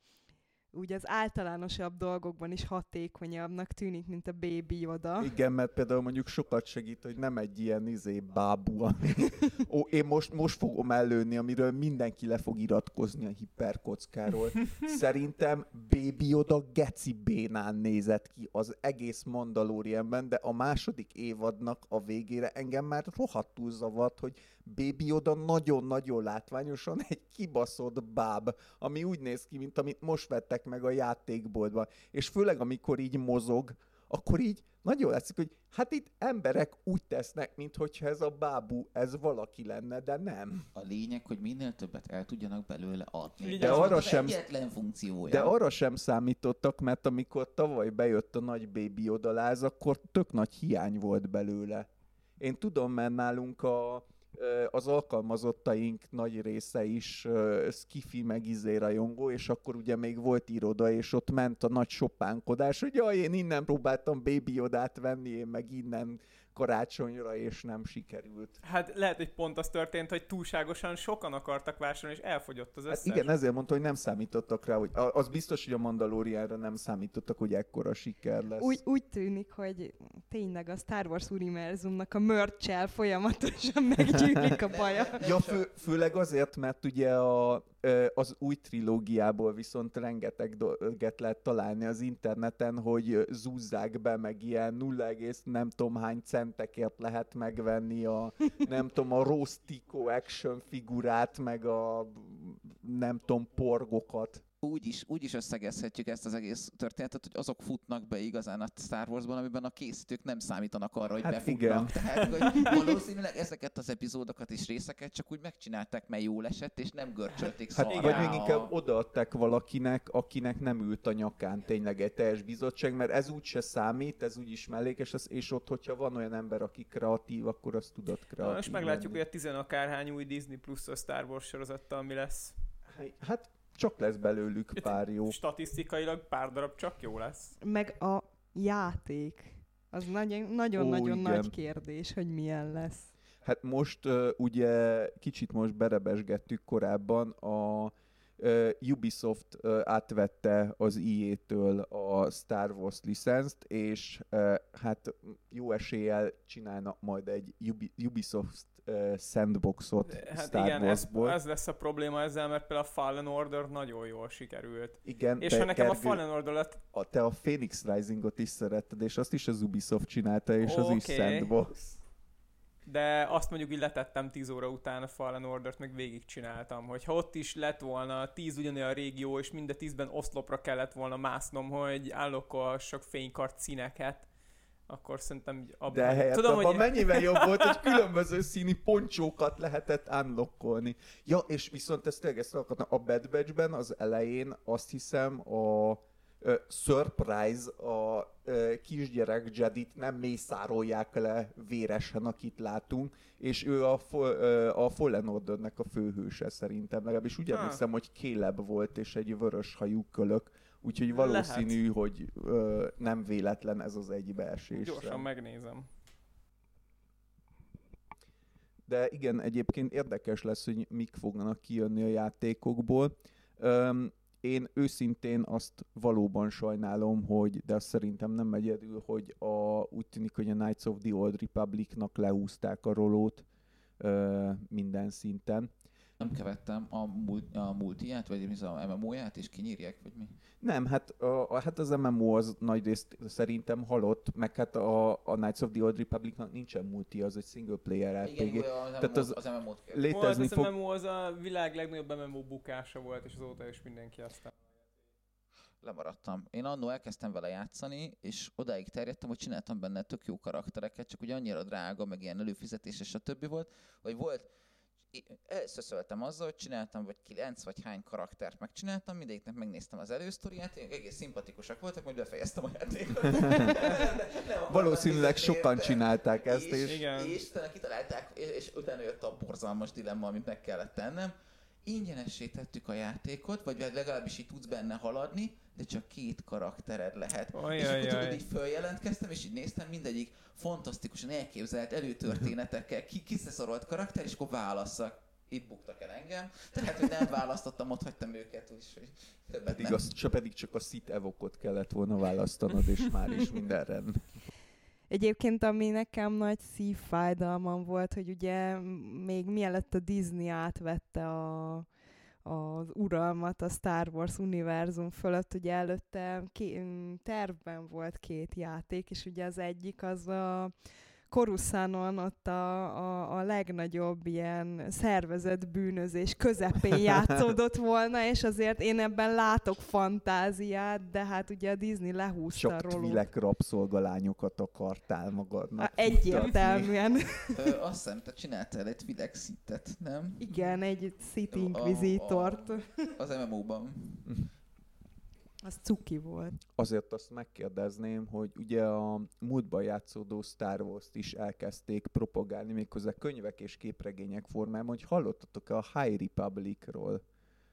úgy az általánosabb dolgokban is hatékonyabbnak tűnik, mint a Baby Yoda. Igen, mert például mondjuk sokat segít, hogy nem egy ilyen bábú, ami... én most fogom előni, amiről mindenki le fog iratkozni a hiperkockáról. Szerintem Baby Yoda geci bénán nézett ki az egész Mandalorianben, de a második évadnak a végére engem már rohadtul zavart, hogy Baby Yoda nagyon-nagyon látványosan egy kibaszott báb, ami úgy néz ki, mint amit most vettek meg a játékboltban. És főleg, amikor így mozog, akkor így nagyon látszik, hogy hát itt emberek úgy tesznek, minthogyha ez a bábú, ez valaki lenne, de nem. A lényeg, hogy minél többet el tudjanak belőle adni. De arra sem, egyetlen funkciója. De arra sem számítottak, mert amikor tavaly bejött a nagy Baby Yoda láz, akkor tök nagy hiány volt belőle. Én tudom, mert nálunk az alkalmazottaink nagy része is skifi meg rajongó, és akkor ugye még volt iroda, és ott ment a nagy sopánkodás, hogy jaj, én innen próbáltam Baby Yodát venni, én meg innen karácsonyra, és nem sikerült. Hát lehet, hogy pont az történt, hogy túlságosan sokan akartak vásárolni, és elfogyott az összes. Hát igen, ezért mondta, hogy nem számítottak rá, hogy az biztos, hogy a Mandalorianra nem számítottak, hogy ekkora siker lesz. Úgy tűnik, hogy tényleg a Star Wars univerzumnak a merch-el folyamatosan meggyűlik a baja. Ja, főleg azért, mert ugye az új trilógiából viszont rengeteg dolgot lehet találni az interneten, hogy zúzzák be, meg ilyen 0, nem tudom hány centekért lehet megvenni a nem tudom, a Rostico action figurát, meg a nem tudom, porgokat. úgy is összegezhetjük ezt az egész történetet, hogy azok futnak be igazán a Star Warsban, amiben a készítők nem számítanak arra, hogy befutnak. Igen. Tehát, hogy valószínűleg ezeket az epizódokat és részeket csak úgy megcsinálták, mert jól esett, és nem görcsölték szarrá. Vagy még inkább odaadták valakinek, akinek nem ült a nyakán tényleg egy teljes bizottság, mert ez úgy se számít, ez úgy is mellékes, és ott, hogyha van olyan ember, aki kreatív, akkor azt tudod kreatív. És meglátjuk, hogy a 10 akárhány új Disney Plus-os Star Wars sorozattal mi lesz. Hát csak lesz belőlük pár jó. Statisztikailag pár darab csak jó lesz. Meg a játék. Az nagyon-nagyon nagy kérdés, hogy milyen lesz. Hát most ugye kicsit most berebesgettük korábban, a Ubisoft átvette az EA-től a Star Wars licenszt, és hát jó eséllyel csinálnak majd egy Ubisoft sandboxot Star Warsból. Ez lesz a probléma ezzel, mert például a Fallen Order nagyon jól sikerült. Igen, és ha nekem a Fallen Order lett... Te a Phoenix Risingot is szeretted, és azt is az Ubisoft csinálta, és az is sandbox. De azt mondjuk így letettem 10 óra után a Fallen Ordert, meg végigcsináltam, hogy ha ott is lett volna 10 ugyanolyan régió, és mind a 10-ben oszlopra kellett volna másznom, hogy állokkolhassak fénykart színeket, akkor szerintem abban... De helyett tudom, abban hogy... mennyivel jobb volt, hogy különböző színi poncsókat lehetett unlockolni. Ja, és viszont ezt akartam, a Bad Batch-ben az elején azt hiszem a surprise, a kisgyerek Jedit nem mészárolják le véresen, akit látunk, és ő a Fallen Ordernek a főhőse szerintem. Legalábbis úgy emlékszem, hogy Caleb volt, és egy vörös hajú kölök, úgyhogy valószínű, hogy nem véletlen ez az egybeesés. Gyorsan megnézem. De igen, egyébként érdekes lesz, hogy mik fognak kijönni a játékokból. Én őszintén azt valóban sajnálom, de azt szerintem nem egyedül, hogy úgy tűnik, hogy a Knights of the Old Republicnak lehúzták a rolót minden szinten. Nem követtem a multiját, vagy az MMO-ját, és kinyírják, vagy mi? Nem, hát az MMO az nagyrészt szerintem halott, meg hát a Knights of the Old Republicnak nincsen multi, az egy single player RPG. Igen, tehát az MMO-t kell. Létezni fog... Az MMO az a világ legnagyobb MMO bukása volt, és azóta is mindenki aztán. Lemaradtam. Én annó elkezdtem vele játszani, és odáig terjedtem, hogy csináltam benne tök jó karaktereket, csak ugye annyira drága, meg ilyen előfizetés és a többi volt, hogy volt. Elszöszöltem azzal, hogy csináltam vagy 9 vagy hány karaktert megcsináltam, mindegyiknek megnéztem az elősztoriát, egész szimpatikusak voltak, majd befejeztem a játékot. Valószínűleg sokan csinálták ezt, és utána kitalálták, és utána jött a borzalmas dilemma, amit meg kellett tennem. Ingyenessé tettük a játékot, vagy legalábbis így tudsz benne haladni, de csak 2 karaktered lehet. És akkor tudod, így följelentkeztem, és így néztem, mindegyik fantasztikusan elképzelt előtörténetekkel, kiszeszarolt karakter, és akkor válasszak. Itt buktak el engem. Tehát, hogy nem választottam, ott hagytam őket, úgyhogy többet nem. Pedig csak a Sith Evokot kellett volna választanod, és már is minden rendben. Egyébként, ami nekem nagy szívfájdalmam volt, hogy ugye még mielőtt a Disney átvette az uralmat a Star Wars univerzum fölött, ugye előtte tervben volt 2 játék, és ugye az egyik az a Coruscanton ott a legnagyobb ilyen szervezett bűnözés közepén játszódott volna, és azért én ebben látok fantáziát, de hát ugye a Disney lehúzta csak róluk. Twi'lek rabszolgalányokat akartál magadnak. Egyértelműen. Azt hiszem, te csináltál egy Twi'lek Sith-et, nem? Igen, egy Sith Inquisitort. Az MMO-ban. Az cuki volt. Azért azt megkérdezném, hogy ugye a múltban játszódó Star Wars-t is elkezdték propagálni, méghozzá könyvek és képregények formában, hogy hallottatok a High Republicról?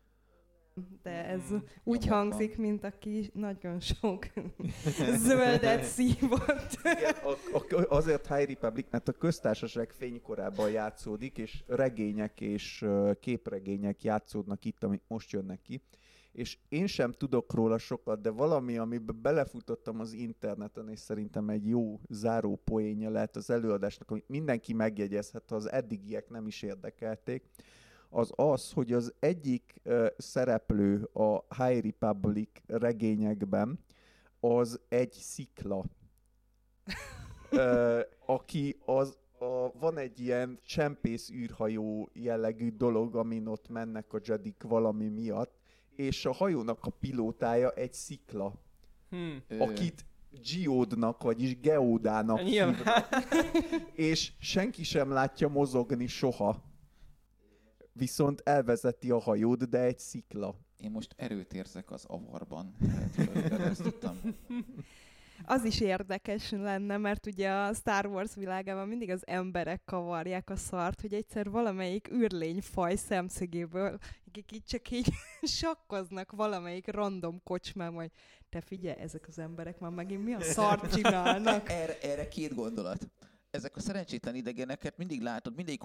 De ez úgy hangzik, mint aki nagyon sok zöldet szívott. Igen, azért High Republic, mert a köztársaság fénykorában játszódik, és regények és képregények játszódnak itt, amik most jönnek ki. És én sem tudok róla sokat, de valami, amiben belefutottam az interneten, és szerintem egy jó záró poénja lehet az előadásnak, amit mindenki megjegyezhet, ha az eddigiek nem is érdekelték, az, hogy az egyik szereplő a High Republic regényekben az egy szikla, aki van egy ilyen csempész űrhajó jellegű dolog, amin ott mennek a Jedik valami miatt, és a hajónak a pilótája egy szikla, akit Geódnak, vagyis Geódának hívnak, és senki sem látja mozogni soha. Viszont elvezeti a hajót, de egy szikla. Én most erőt érzek az avarban. Ezt tudtam. Az is érdekes lenne, mert ugye a Star Wars világában mindig az emberek kavarják a szart, hogy egyszer valamelyik űrlényfaj szemszögéből csak így sakkoznak valamelyik random kocsmán, hogy te figyelj, ezek az emberek már megint mi a szart csinálnak? Erre két gondolat. Ezek a szerencsétlen idegeneket mindig látod, mindig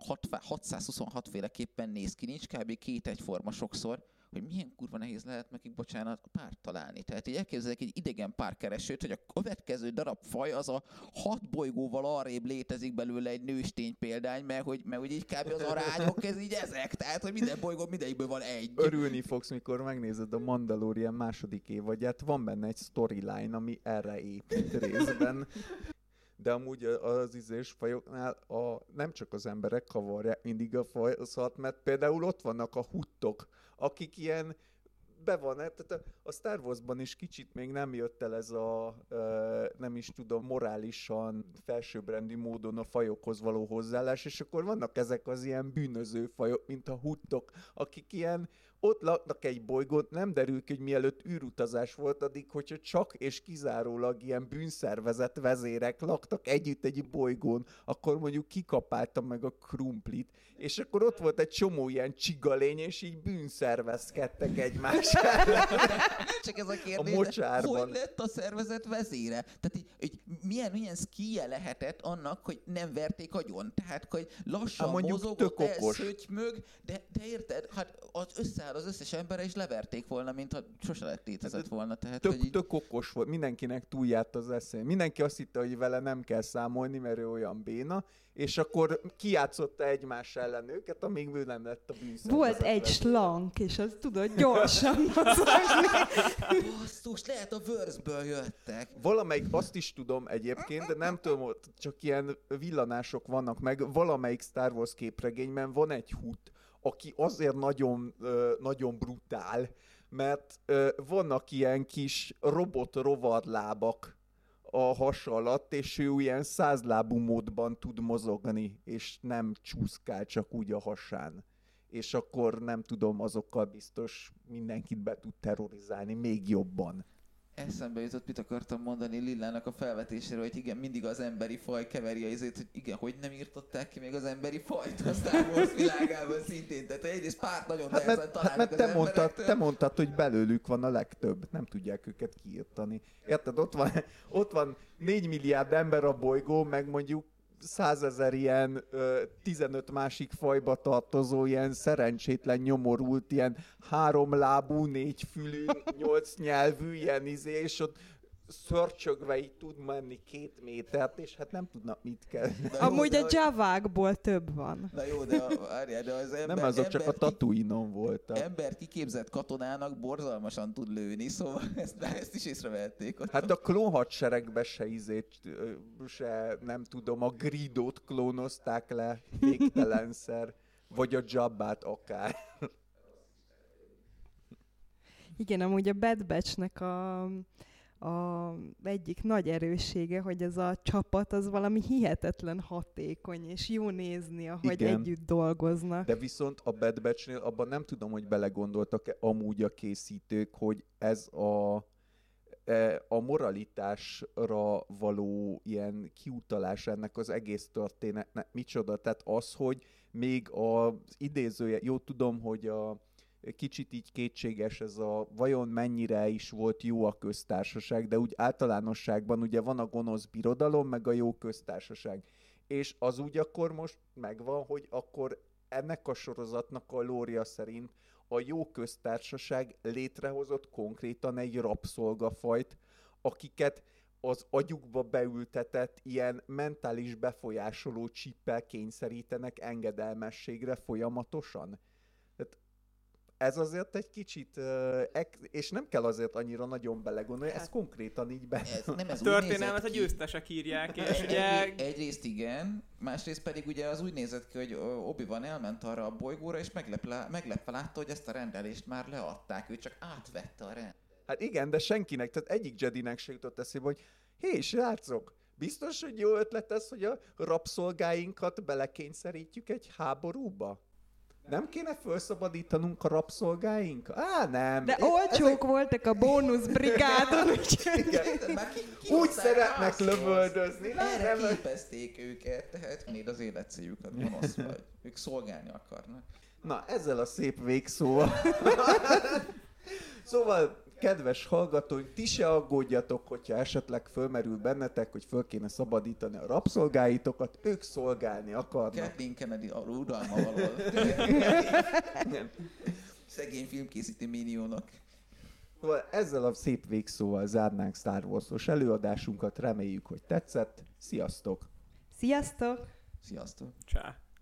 626 féleképpen néz ki, nincs kb. Két egyforma sokszor, hogy milyen kurva nehéz lehet nekik, bocsánat, párt találni. Tehát így elképzelek egy idegen párkeresőt, hogy a következő darab faj az a 6 bolygóval arrébb létezik belőle egy nőstény példány, mert hogy így kb. Az arányok, ez így ezek. Tehát, hogy minden bolygó mindegyikből van egy. Örülni fogsz, mikor megnézed a Mandalorian második évadját, van benne egy storyline, ami erre épít részben. De amúgy az ízés fajoknál nem csak az emberek kavarják mindig a fajszat, mert például ott vannak a huttok, akik ilyen tehát a Star Warsban is kicsit még nem jött el ez a, nem is tudom, morálisan felsőbbrendű módon a fajokhoz való hozzáállás, és akkor vannak ezek az ilyen bűnöző fajok, mint a huttok, akik ilyen ott laknak egy bolygón, nem derül ki, hogy mielőtt űrutazás volt, addig, hogyha csak és kizárólag ilyen bűnszervezet vezérek laktak együtt egy bolygón, akkor mondjuk kikapálta meg a krumplit, és akkor ott volt egy csomó ilyen csigalény, és így bűnszervezkedtek egymás ellen. Csak ez a kérdés, a mocsárban. hogy lett a szervezet vezére? Tehát így milyen szkíje lehetett annak, hogy nem verték agyon? Tehát, hogy lassan mozogott, elszötymög, de érted, hát összeáll az összes emberre, és leverték volna, mintha sose lett létezett volna. Tehát, tök okos volt, mindenkinek túljárt az eszély. Mindenki azt hitte, hogy vele nem kell számolni, mert ő olyan béna, és akkor kijátszotta egymás ellen őket, amíg ő nem lett a bűnszervezet. Volt egy slank, és az tudod gyorsan mozogni. Basszus, lehet a Verse-ből jöttek. Valamelyik, azt is tudom egyébként, de nem tudom, csak ilyen villanások vannak meg. Valamelyik Star Wars képregényben van egy hut, aki azért nagyon, nagyon brutál, mert vannak ilyen kis robot rovarlábak a hasa alatt, és ő ilyen 100 lábú módban tud mozogni, és nem csúszkál csak úgy a hasán. És akkor nem tudom, azokkal biztos mindenkit be tud terrorizálni még jobban. Eszembe jutott, mit akartam mondani Lillának a felvetésére, hogy igen, mindig az emberi faj keveri azért, hogy igen, hogy nem írtották ki még az emberi fajt a Star Wars világában szintén. Tehát egyrészt párt nagyon nehezen találnak az emberektől. Te mondtad, hogy belőlük van a legtöbb. Nem tudják őket kiírtani. Érted? Ott van 4 milliárd ember a bolygó, meg mondjuk 100 000 ilyen 15 másik fajba tartozó, ilyen szerencsétlen, nyomorult, ilyen 3 lábú, 4 fülű, 8 nyelvű, ilyen és ott szörcsögve így tud menni 2 métert, és hát nem tudnak mit kell. Amúgy a Javákból több van. Na jó, de az ember... Nem, azok csak a Tatooine-on voltak. Ember kiképzett katonának borzalmasan tud lőni, szóval ezt is észrevehették. Ott. Hát a klónhadseregbe se nem tudom, a Greedót klónozták le végtelenszer, vagy a Jabbát akár. Igen, amúgy a Bad Batch-nek a egyik nagy erőssége, hogy ez a csapat az valami hihetetlen hatékony, és jó nézni, ahogy igen, együtt dolgoznak. De viszont a Bad Batch-nél abban nem tudom, hogy belegondoltak-e amúgy a készítők, hogy ez a moralitásra való ilyen kiutalás ennek az egész történetnek micsoda. Tehát az, hogy még az idézője, jó tudom, hogy kicsit így kétséges ez vajon mennyire is volt jó a köztársaság, de úgy általánosságban ugye van a gonosz birodalom, meg a jó köztársaság. És az úgy akkor most megvan, hogy akkor ennek a sorozatnak a lória szerint a jó köztársaság létrehozott konkrétan egy rabszolgafajt, akiket az agyukba beültetett ilyen mentális befolyásoló csippel kényszerítenek engedelmességre folyamatosan. ez azért egy kicsit, és nem kell azért annyira nagyon belegondolni, ez konkrétan így benne. Ez A történelmet a győztesek írják, és ugye... Egyrészt igen, másrészt pedig ugye az úgy nézett ki, hogy Obi-Wan elment arra a bolygóra, és meglepve látta, hogy ezt a rendelést már leadták, ő csak átvette a rendelést. Hát igen, de senkinek, tehát egyik Jedinek se jutott eszébe, hogy hé, srácok, biztos, hogy jó ötlet ez, hogy a rabszolgáinkat belekényszerítjük egy háborúba? Nem kéne felszabadítanunk a rabszolgáinkat? Nem. De olcsók voltak a bónuszbrigádon, úgyhogy... Igen. Úgy szeretnek lövöldözni. Erre képezték őket, tehát néd az életcéljukat, gonosz vagy. Ők szolgálni akarnak. Na, ezzel a szép végszóval. Szóval, kedves hallgatóink, ti se aggódjatok, hogyha esetleg fölmerül bennetek, hogy föl kéne szabadítani a rabszolgáitokat, ők szolgálni akarnak. Kathleen Kennedy a uralma való. Szegény filmkészítő milliónak. Szóval ezzel a szép végszóval zárnánk Star Wars-os előadásunkat, reméljük, hogy tetszett. Sziasztok! Sziasztok! Sziasztok! Csá.